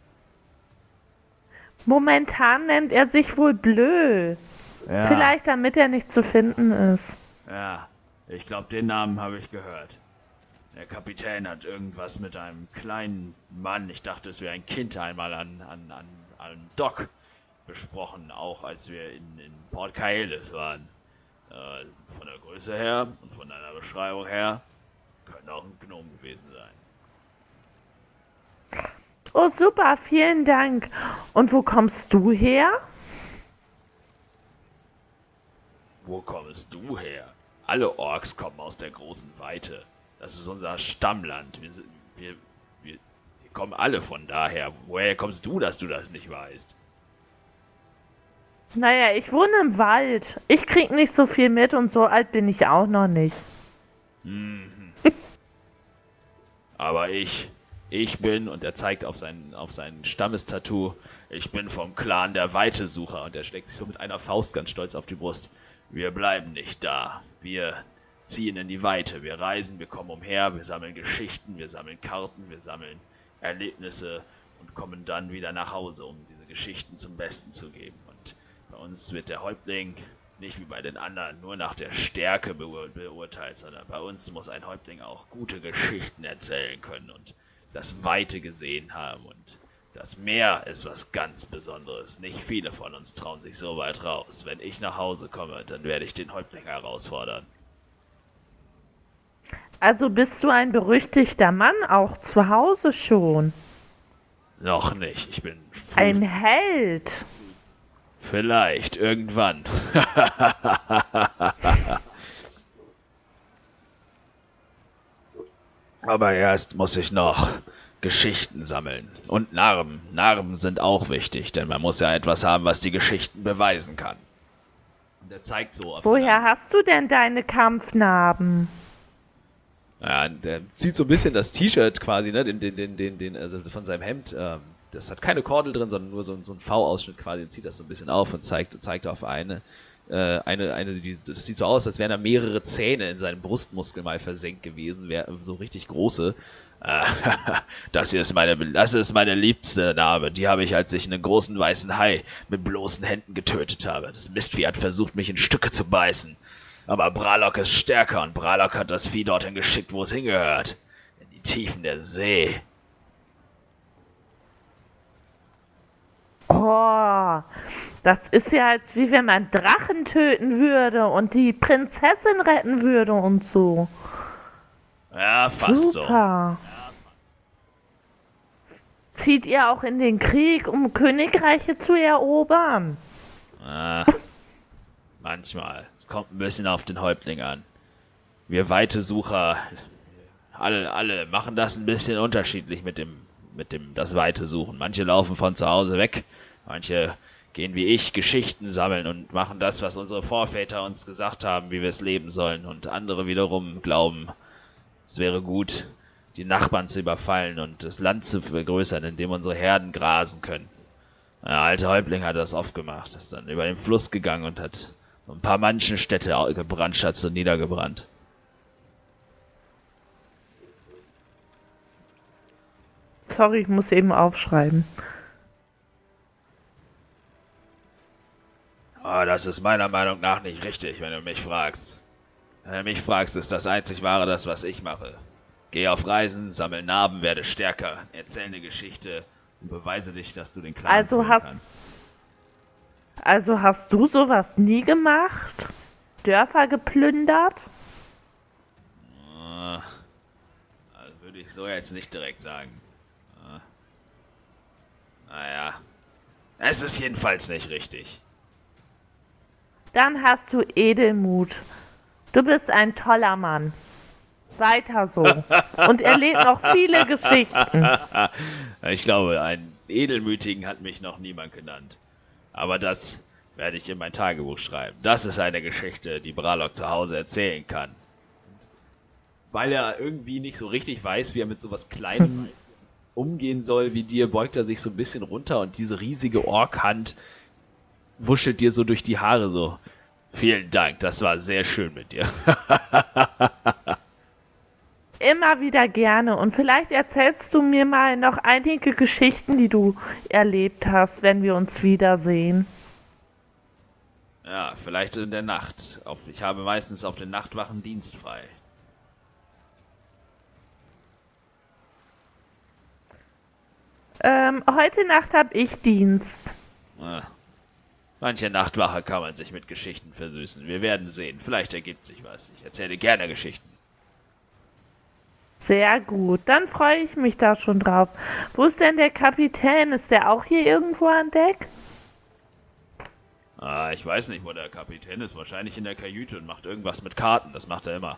Momentan nennt er sich wohl blöd. Ja. Vielleicht damit er nicht zu finden ist. Ja, ich glaube, den Namen habe ich gehört. Der Kapitän hat irgendwas mit einem kleinen Mann, ich dachte, es wäre ein Kind, einmal an Dock besprochen, auch als wir in Port Kaelis waren. Von der Größe her und von deiner Beschreibung her könnte auch ein Gnome gewesen sein. Oh super, vielen Dank. Und wo kommst du her? Wo kommst du her? Alle Orks kommen aus der großen Weite. Das ist unser Stammland. Wir kommen alle von daher. Woher kommst du, dass du das nicht weißt? Naja, ich wohne im Wald. Ich krieg nicht so viel mit und so alt bin ich auch noch nicht. Aber ich bin, und er zeigt auf sein Stammestattoo, ich bin vom Clan der Weitesucher. Und er schlägt sich so mit einer Faust ganz stolz auf die Brust. Wir bleiben nicht da. Wir ziehen in die Weite. Wir reisen, wir kommen umher, wir sammeln Geschichten, wir sammeln Karten, wir sammeln Erlebnisse und kommen dann wieder nach Hause, um diese Geschichten zum Besten zu geben. Und bei uns wird der Häuptling nicht wie bei den anderen nur nach der Stärke beurteilt, sondern bei uns muss ein Häuptling auch gute Geschichten erzählen können und das Weite gesehen haben. Und das Meer ist was ganz Besonderes. Nicht viele von uns trauen sich so weit raus. Wenn ich nach Hause komme, dann werde ich den Häuptling herausfordern. Also bist du ein berüchtigter Mann, auch zu Hause schon? Noch nicht. Ich bin Ein Held. vielleicht irgendwann. Aber erst muss ich noch Geschichten sammeln. Und Narben. Narben sind auch wichtig, denn man muss ja etwas haben, was die Geschichten beweisen kann. Und er zeigt so auf Woher hast du denn deine Kampfnarben? Ja, der zieht so ein bisschen das T-Shirt quasi, ne, also von seinem Hemd. Das hat keine Kordel drin, sondern nur so ein V-Ausschnitt quasi. Und zieht das so ein bisschen auf und zeigt auf eine. das sieht so aus, als wären da mehrere Zähne in seinem Brustmuskel mal versenkt gewesen, so richtig große. Das ist meine liebste Narbe. Die habe ich, als ich einen großen weißen Hai mit bloßen Händen getötet habe. Das Mistvieh hat versucht, mich in Stücke zu beißen. Aber Bralock ist stärker und Bralock hat das Vieh dorthin geschickt, wo es hingehört. In die Tiefen der See. Oh, das ist ja, als wie wenn man Drachen töten würde und die Prinzessin retten würde und so. Ja, fast Super. Zieht ihr auch in den Krieg, um Königreiche zu erobern? so. Manchmal. Es kommt ein bisschen auf den Häuptling an. Wir Weitesucher, alle machen das ein bisschen unterschiedlich mit dem das Weite suchen. Manche laufen von zu Hause weg, manche gehen wie ich Geschichten sammeln und machen das, was unsere Vorväter uns gesagt haben, wie wir es leben sollen. Und andere wiederum glauben, es wäre gut, die Nachbarn zu überfallen und das Land zu vergrößern, indem unsere Herden grasen können. Der alte Häuptling hat das oft gemacht, ist dann über den Fluss gegangen und hat ein paar Städte gebrandschatzt und niedergebrannt. Sorry, ich muss eben aufschreiben. Aber das ist meiner Meinung nach nicht richtig, wenn du mich fragst. Wenn du mich fragst, ist das einzig Wahre das, was ich mache. Geh auf Reisen, sammel Narben, werde stärker, erzähl eine Geschichte und beweise dich, dass du den Clan führen kannst. Also hast du sowas nie gemacht? Dörfer geplündert? Das würde ich so jetzt nicht direkt sagen. Naja, es ist jedenfalls nicht richtig. Dann hast du Edelmut. Du bist ein toller Mann. Weiter so. Und erlebt noch viele Geschichten. Ich glaube, einen Edelmütigen hat mich noch niemand genannt. Aber das werde ich in mein Tagebuch schreiben. Das ist eine Geschichte, die Bralock zu Hause erzählen kann. Weil er irgendwie nicht so richtig weiß, wie er mit sowas Kleinem umgehen soll wie dir, beugt er sich so ein bisschen runter und diese riesige Orkhand wuschelt dir so durch die Haare so. Vielen Dank, das war sehr schön mit dir. Immer wieder gerne. Und vielleicht erzählst du mir mal noch einige Geschichten, die du erlebt hast, wenn wir uns wiedersehen. Ja, vielleicht in der Nacht. Ich habe meistens auf den Nachtwachen Dienst frei. Heute Nacht habe ich Dienst. Manche Nachtwache kann man sich mit Geschichten versüßen. Wir werden sehen. Vielleicht ergibt sich was. Ich erzähle gerne Geschichten. Sehr gut. Dann freue ich mich da schon drauf. Wo ist denn der Kapitän? Ist der auch hier irgendwo an Deck? Ich weiß nicht, wo der Kapitän ist. Wahrscheinlich in der Kajüte und macht irgendwas mit Karten. Das macht er immer.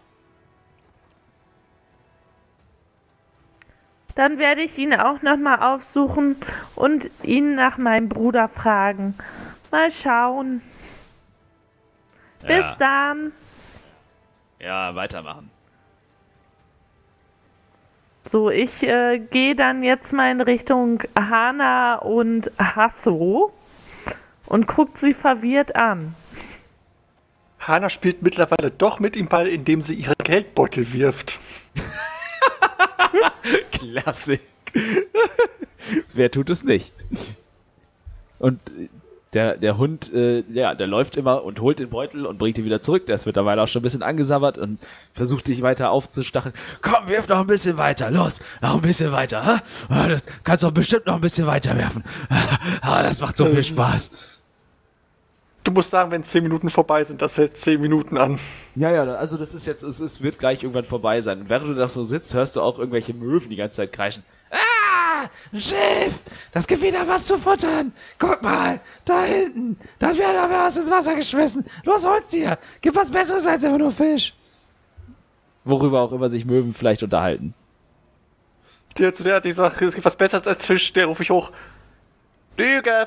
Dann werde ich ihn auch nochmal aufsuchen und ihn nach meinem Bruder fragen. Mal schauen. Bis dann. Ja, weitermachen. So, ich gehe dann jetzt mal in Richtung Hana und Hasso und guckt sie verwirrt an. Hana spielt mittlerweile doch mit ihm Ball, indem sie ihren Geldbeutel wirft. Klassik. Wer tut es nicht? Und der Hund, der läuft immer und holt den Beutel und bringt ihn wieder zurück. Der ist mittlerweile auch schon ein bisschen angesabbert und versucht dich weiter aufzustacheln. Komm, wirf noch ein bisschen weiter. Los, noch ein bisschen weiter. Ha? Das kannst du bestimmt noch ein bisschen weiter werfen. Das macht so viel Spaß. Du musst sagen, wenn 10 Minuten vorbei sind, das hält 10 Minuten an. Ja, also das ist jetzt, es wird gleich irgendwann vorbei sein. Und während du da so sitzt, hörst du auch irgendwelche Möwen die ganze Zeit kreischen. Ein Schiff! Das gibt wieder was zu futtern! Guck mal! Da hinten! Dann wird aber was ins Wasser geschmissen! Los, hol's dir! Gibt was Besseres als immer nur Fisch! Worüber auch immer sich Möwen vielleicht unterhalten. Der zu der hat gesagt, es gibt was Besseres als Fisch, der rufe ich hoch. Lüge!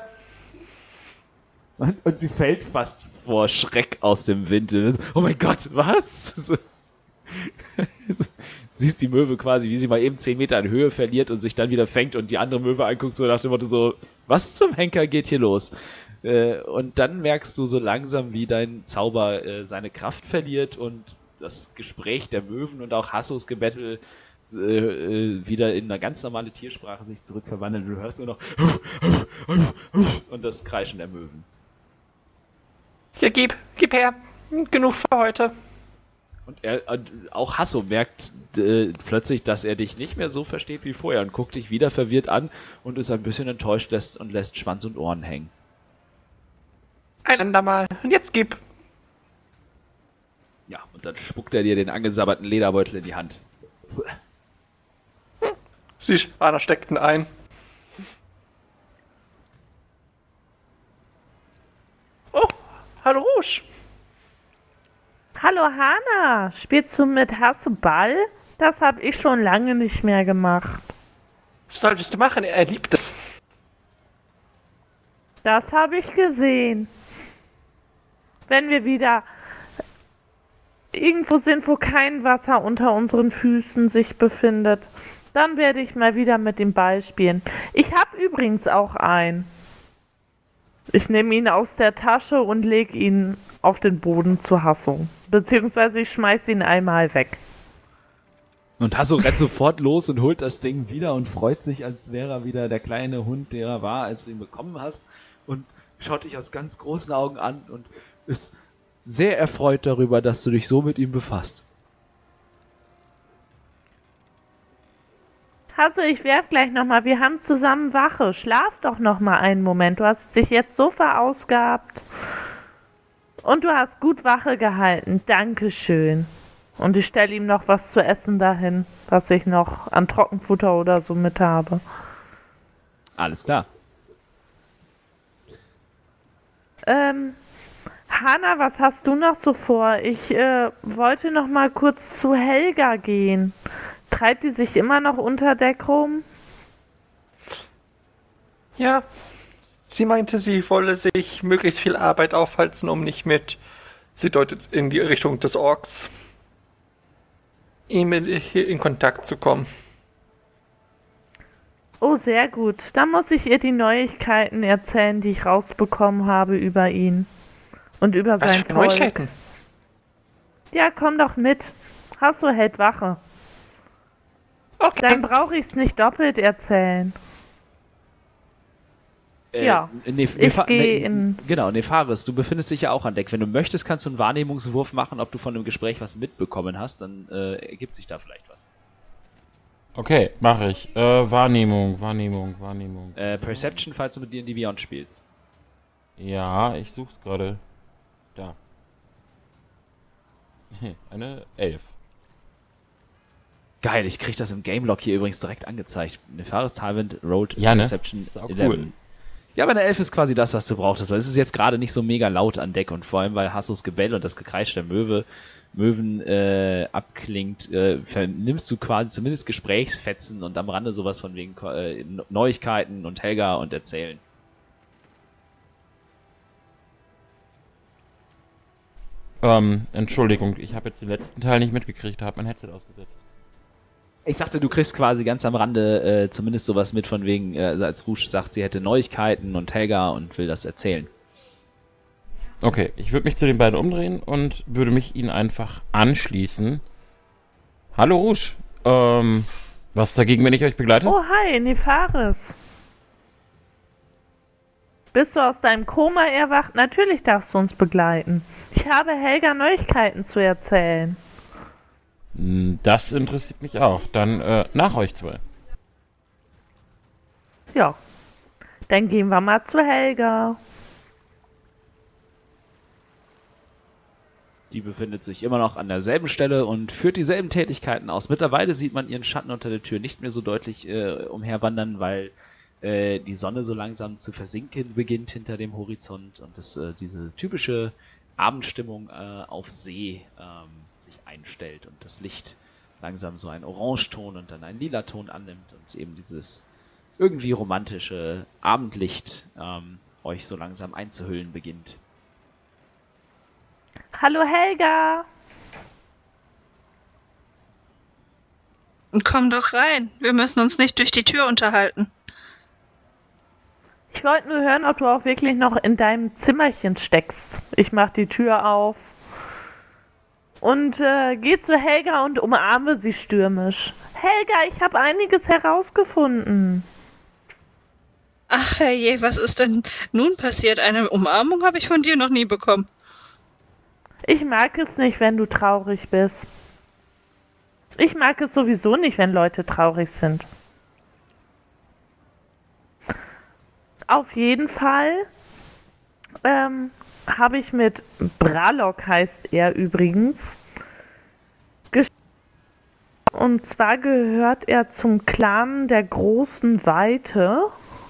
Und sie fällt fast vor Schreck aus dem Wind. Oh mein Gott, was? Siehst die Möwe quasi, wie sie mal eben 10 Meter an Höhe verliert und sich dann wieder fängt und die andere Möwe anguckt, so nach dem Motto so, was zum Henker geht hier los? Und dann merkst du so langsam, wie dein Zauber seine Kraft verliert und das Gespräch der Möwen und auch Hassos Gebettel wieder in eine ganz normale Tiersprache sich zurückverwandelt. Du hörst nur noch und das Kreischen der Möwen. Ja, gib her. Genug für heute. Und auch Hasso merkt plötzlich, dass er dich nicht mehr so versteht wie vorher und guckt dich wieder verwirrt an und ist ein bisschen enttäuscht lässt Schwanz und Ohren hängen. Ein andermal. Und jetzt gib. Ja, und dann spuckt er dir den angesabberten Lederbeutel in die Hand. Siehst, einer steckt ihn ein. Oh, hallo Rouge. Hallo Hanna, spielst du mit Hasso Ball? Das habe ich schon lange nicht mehr gemacht. Was solltest du machen? Er liebt es. Das habe ich gesehen. Wenn wir wieder irgendwo sind, wo kein Wasser unter unseren Füßen sich befindet, dann werde ich mal wieder mit dem Ball spielen. Ich habe übrigens auch einen. Ich nehme ihn aus der Tasche und lege ihn auf den Boden zu Hasso. Beziehungsweise ich schmeiße ihn einmal weg. Und Hasso rennt sofort los und holt das Ding wieder und freut sich, als wäre er wieder der kleine Hund, der er war, als du ihn bekommen hast. Und schaut dich aus ganz großen Augen an und ist sehr erfreut darüber, dass du dich so mit ihm befasst. Hasso, ich werf gleich nochmal. Wir haben zusammen Wache. Schlaf doch nochmal einen Moment. Du hast dich jetzt so verausgabt. Und du hast gut Wache gehalten. Dankeschön. Und ich stelle ihm noch was zu essen dahin, was ich noch an Trockenfutter oder so mit habe. Alles klar. Hanna, was hast du noch so vor? Ich wollte noch mal kurz zu Helga gehen. Treibt die sich immer noch unter Deck rum? Ja, sie meinte, sie wolle sich möglichst viel Arbeit aufhalten, um nicht mit, sie deutet in die Richtung des Orks, ihm hier in Kontakt zu kommen. Oh, sehr gut. Dann muss ich ihr die Neuigkeiten erzählen, die ich rausbekommen habe über ihn. Und über Was sein für Volk. Neuigkeiten? Ja, komm doch mit. Hasso hält Wache. Okay. Dann brauche ich es nicht doppelt erzählen. Ja, ich gehe in... Genau, Nefaris, du befindest dich ja auch an Deck. Wenn du möchtest, kannst du einen Wahrnehmungswurf machen, ob du von dem Gespräch was mitbekommen hast. Dann ergibt sich da vielleicht was. Okay, mache ich. Wahrnehmung. Perception, falls du mit D&D Beyond spielst. Ja, ich such's gerade. Da. Eine 11. Geil, ich krieg das im Gamelog hier übrigens direkt angezeigt. Nefaris Tyrant rolled Ja, ne? Perception Das ist auch 11. cool. Ja, aber eine 11 ist quasi das, was du brauchtest, weil es ist jetzt gerade nicht so mega laut an Deck und vor allem, weil Hassos Gebell und das Gekreisch der Möwen abklingt, vernimmst du quasi zumindest Gesprächsfetzen und am Rande sowas von wegen Neuigkeiten und Helga und Erzählen. Entschuldigung, ich habe jetzt den letzten Teil nicht mitgekriegt, habe mein Headset ausgesetzt. Ich sagte, du kriegst quasi ganz am Rande zumindest sowas mit von wegen, als Rouge sagt, sie hätte Neuigkeiten und Helga und will das erzählen. Okay, ich würde mich zu den beiden umdrehen und würde mich ihnen einfach anschließen. Hallo Rouge, was dagegen, wenn ich euch begleite? Oh, hi, Nefaris. Bist du aus deinem Koma erwacht? Natürlich darfst du uns begleiten. Ich habe Helga Neuigkeiten zu erzählen. Das interessiert mich auch. Dann nach euch zwei. Ja, dann gehen wir mal zu Helga. Die befindet sich immer noch an derselben Stelle und führt dieselben Tätigkeiten aus. Mittlerweile sieht man ihren Schatten unter der Tür nicht mehr so deutlich umherwandern, weil die Sonne so langsam zu versinken beginnt hinter dem Horizont und diese typische Abendstimmung auf See sich einstellt und das Licht langsam so einen Orangeton und dann einen Lilaton annimmt und eben dieses irgendwie romantische Abendlicht euch so langsam einzuhüllen beginnt. Hallo Helga. Komm doch rein. Wir müssen uns nicht durch die Tür unterhalten. Ich wollte nur hören, ob du auch wirklich noch in deinem Zimmerchen steckst. Ich mach die Tür auf und gehe zu Helga und umarme sie stürmisch. Helga, ich habe einiges herausgefunden. Ach herrje, was ist denn nun passiert? Eine Umarmung habe ich von dir noch nie bekommen. Ich mag es nicht, wenn du traurig bist. Ich mag es sowieso nicht, wenn Leute traurig sind. Auf jeden Fall habe ich mit Bralok, heißt er übrigens, und zwar gehört er zum Clan der großen Weite.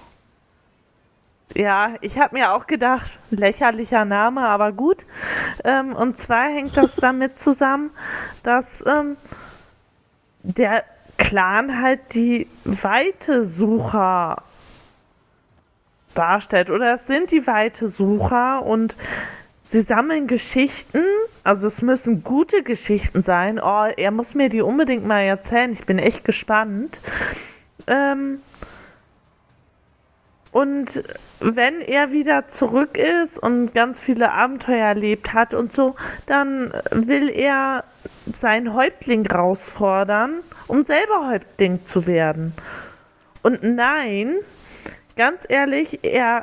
Ja, ich habe mir auch gedacht, lächerlicher Name, aber gut. Und zwar hängt das damit zusammen, dass der Clan halt die Weitesucher darstellt. Oder es sind die Weitesucher und sie sammeln Geschichten. Also es müssen gute Geschichten sein. Oh, er muss mir die unbedingt mal erzählen. Ich bin echt gespannt. Und wenn er wieder zurück ist und ganz viele Abenteuer erlebt hat und so, dann will er seinen Häuptling herausfordern, um selber Häuptling zu werden. Und nein, ganz ehrlich, er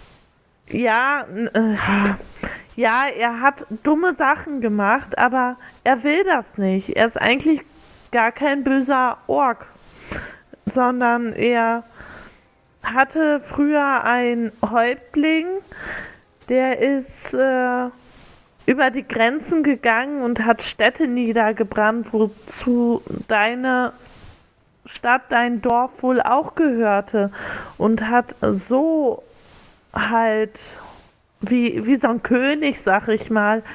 hat dumme Sachen gemacht, aber er will das nicht. Er ist eigentlich gar kein böser Ork, sondern er hatte früher einen Häuptling, der ist über die Grenzen gegangen und hat Städte niedergebrannt, wozu deine Stadt, dein Dorf wohl auch gehörte, und hat so halt wie so ein König, sag ich mal,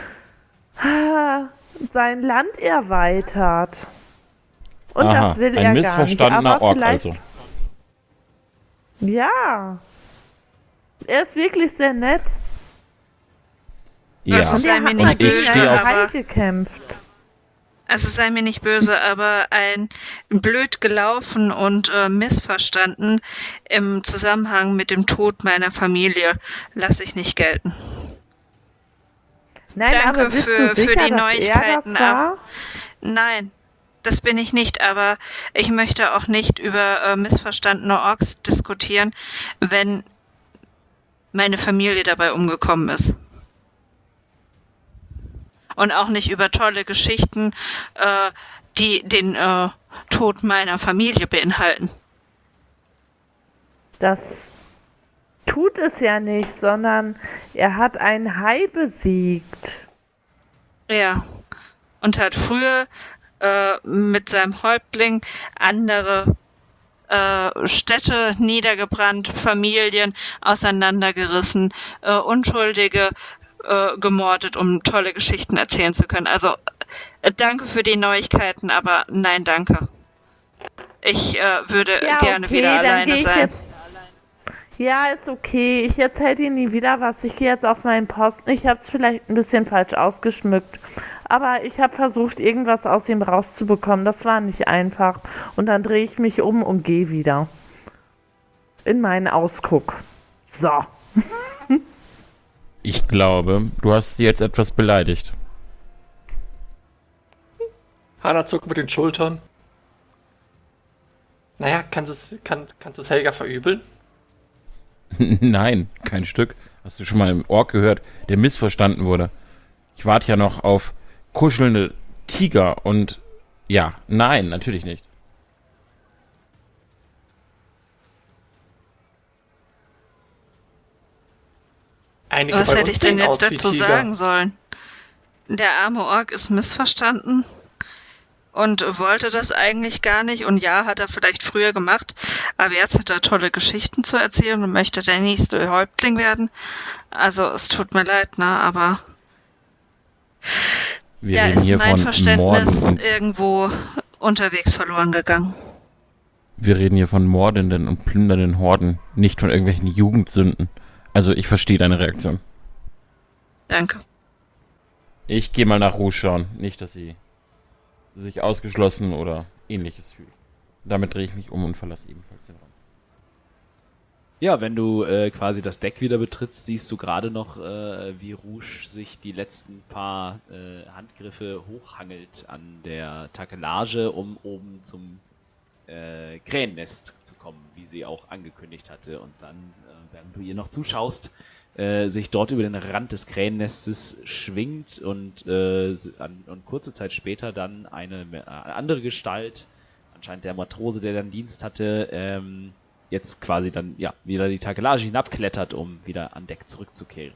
sein Land erweitert. Und Aha, das will ein er gar nicht. missverstandener Aber Ork vielleicht, also. ja, er ist wirklich sehr nett. Ja, Also Und er sei mir hat nicht mal gegen böse, stehe auf- aber gekämpft. also sei mir nicht böse, aber ein blöd gelaufen und missverstanden im Zusammenhang mit dem Tod meiner Familie lasse ich nicht gelten. Nein, Danke aber bist du für sicher, die dass er Neuigkeiten, das war? Nein, das bin ich nicht, aber ich möchte auch nicht über missverstandene Orks diskutieren, wenn meine Familie dabei umgekommen ist. Und auch nicht über tolle Geschichten, die den Tod meiner Familie beinhalten. Das tut es ja nicht, sondern er hat einen Hai besiegt. Ja. Und hat früher mit seinem Häuptling andere Städte niedergebrannt, Familien auseinandergerissen, Unschuldige gemordet, um tolle Geschichten erzählen zu können. Also danke für die Neuigkeiten, aber nein, danke. Ich würde gerne wieder dann alleine geh ich sein. jetzt. Ja, ist okay. Ich erzähle dir nie wieder was. Ich gehe jetzt auf meinen Posten. Ich habe es vielleicht ein bisschen falsch ausgeschmückt. Aber ich habe versucht, irgendwas aus ihm rauszubekommen. Das war nicht einfach. Und dann drehe ich mich um und gehe wieder. In meinen Ausguck. So. Ich glaube, du hast sie jetzt etwas beleidigt. Hannah zuckt mit den Schultern. Naja, kannst du es Helga verübeln? Nein, kein Stück. Hast du schon mal einen Ork gehört, der missverstanden wurde? Ich warte ja noch auf kuschelnde Tiger und ja, nein, natürlich nicht. Einige Was bei hätte uns ich denn sehen jetzt aus wie dazu Tiger. sagen sollen? Der arme Ork ist missverstanden und wollte das eigentlich gar nicht. Und ja, hat er vielleicht früher gemacht, aber jetzt hat er tolle Geschichten zu erzählen und möchte der nächste Häuptling werden. Also es tut mir leid, ne, aber Wir da reden ist hier mein von Verständnis Morden und irgendwo unterwegs verloren gegangen. wir reden hier von mordenden und plündernden Horden, nicht von irgendwelchen Jugendsünden. Also ich verstehe deine Reaktion. Danke. Ich gehe mal nach Rouge schauen. Nicht, dass sie sich ausgeschlossen oder ähnliches fühlt. Damit drehe ich mich um und verlasse ebenfalls den Raum. Ja, wenn du quasi das Deck wieder betrittst, siehst du gerade noch, wie Rouge sich die letzten paar Handgriffe hochhangelt an der Takelage, um oben zum Krähennest zu kommen, wie sie auch angekündigt hatte. Und dann, während du ihr noch zuschaust, sich dort über den Rand des Krähennestes schwingt und kurze Zeit später dann eine andere Gestalt, anscheinend der Matrose, der dann Dienst hatte, jetzt quasi dann ja wieder die Takelage hinabklettert, um wieder an Deck zurückzukehren.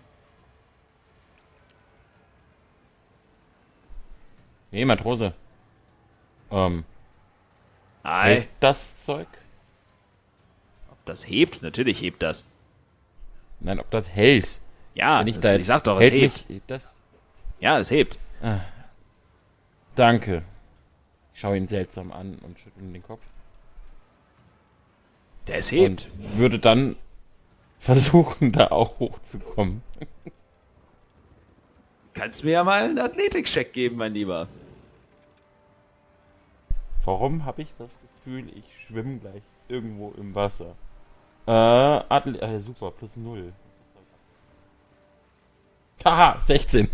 Hey, Matrose. Ei, Hält das Zeug? ob das hebt? Natürlich hebt das. Nein, ob das hält. Ja, Wenn ich da ich jetzt sag doch, es hält hebt. mich das. Ja, es hebt. Danke. Ich schaue ihn seltsam an und schüttle ihm den Kopf. Das hebt. Und würde dann versuchen, da auch hochzukommen. Kannst mir ja mal einen Athletik-Check geben, mein Lieber. Warum habe ich das Gefühl, ich schwimme gleich irgendwo im Wasser? Super, plus 0. Haha, 16.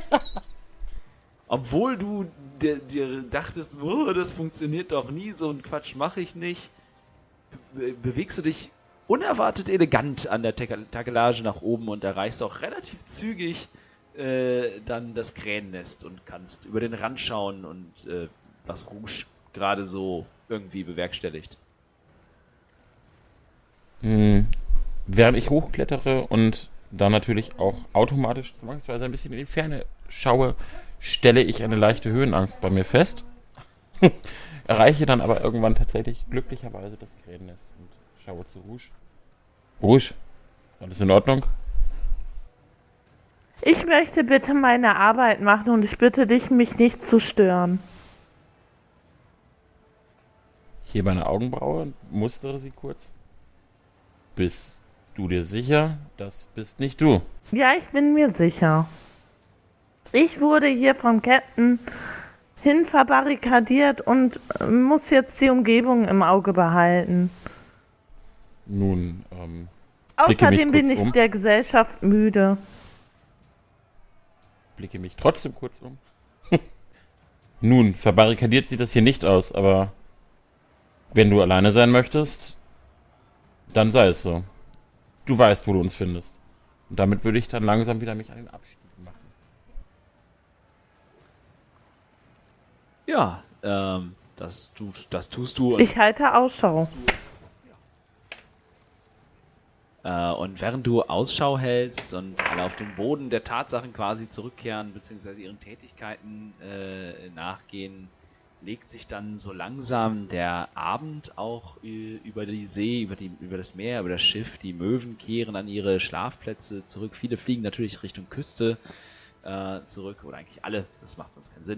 Obwohl du dir dachtest, das funktioniert doch nie, so einen Quatsch mache ich nicht, bewegst du dich unerwartet elegant an der Takelage nach oben und erreichst auch relativ zügig dann das Krähennest und kannst über den Rand schauen und was Rouge gerade so irgendwie bewerkstelligt. Während ich hochklettere und dann natürlich auch automatisch zwangsweise ein bisschen in die Ferne schaue, stelle ich eine leichte Höhenangst bei mir fest. Erreiche dann aber irgendwann tatsächlich glücklicherweise das Krähennest und schaue zu Rouge. Rouge, alles in Ordnung? Ich möchte bitte meine Arbeit machen und ich bitte dich, mich nicht zu stören. Ich hebe eine Augenbraue und mustere sie kurz. Bist du dir sicher? Das bist nicht du. Ja, ich bin mir sicher. Ich wurde hier vom Captain hin verbarrikadiert und muss jetzt die Umgebung im Auge behalten. Nun, Außerdem bin ich um. der Gesellschaft müde. Blicke mich trotzdem kurz um. Nun, verbarrikadiert sieht das hier nicht aus, aber wenn du alleine sein möchtest, dann sei es so. Du weißt, wo du uns findest. Und damit würde ich dann langsam wieder mich an den Abstieg machen. Ja, das tust du. Ich halte Ausschau. Und während du Ausschau hältst und alle auf den Boden der Tatsachen quasi zurückkehren, beziehungsweise ihren Tätigkeiten nachgehen, legt sich dann so langsam der Abend auch über die See, über das Meer, über das Schiff. Die Möwen kehren an ihre Schlafplätze zurück. Viele fliegen natürlich Richtung Küste zurück, oder eigentlich alle, das macht sonst keinen Sinn.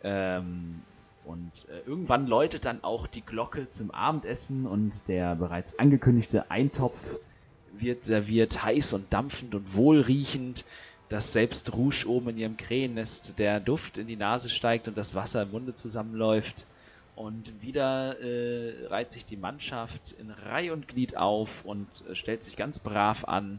Irgendwann läutet dann auch die Glocke zum Abendessen und der bereits angekündigte Eintopf wird serviert, heiß und dampfend und wohlriechend, dass selbst Rouge oben in ihrem Krähennest der Duft in die Nase steigt und das Wasser im Munde zusammenläuft. Und wieder reiht sich die Mannschaft in Reih und Glied auf und stellt sich ganz brav an,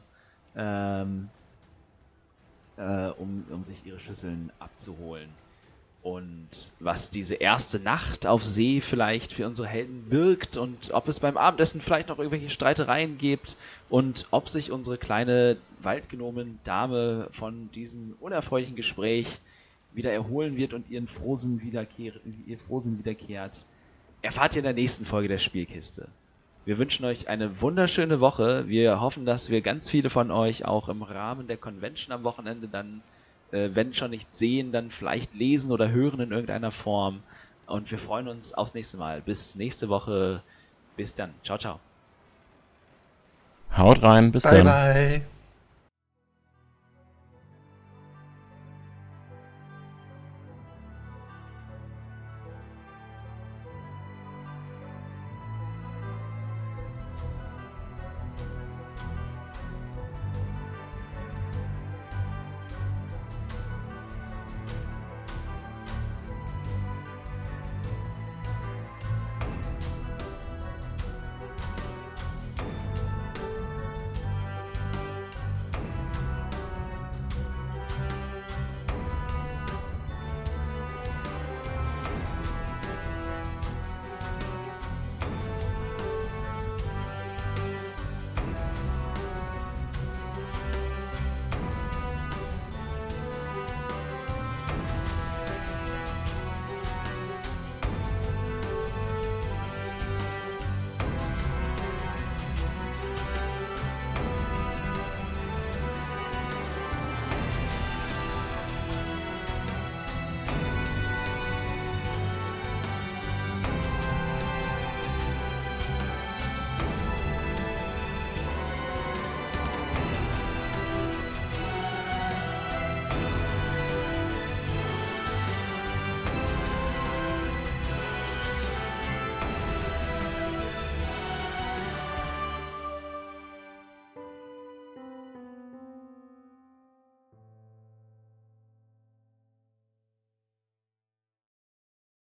um sich ihre Schüsseln abzuholen. Und was diese erste Nacht auf See vielleicht für unsere Helden birgt und ob es beim Abendessen vielleicht noch irgendwelche Streitereien gibt und ob sich unsere kleine Waldgnomen-Dame von diesem unerfreulichen Gespräch wieder erholen wird und ihr Frohsinn wiederkehrt, erfahrt ihr in der nächsten Folge der Spielkiste. Wir wünschen euch eine wunderschöne Woche. Wir hoffen, dass wir ganz viele von euch auch im Rahmen der Convention am Wochenende dann wenn schon nicht sehen, dann vielleicht lesen oder hören in irgendeiner Form. Und wir freuen uns aufs nächste Mal. Bis nächste Woche. Bis dann. Ciao, ciao. Haut rein, bis Bye, dann. bye.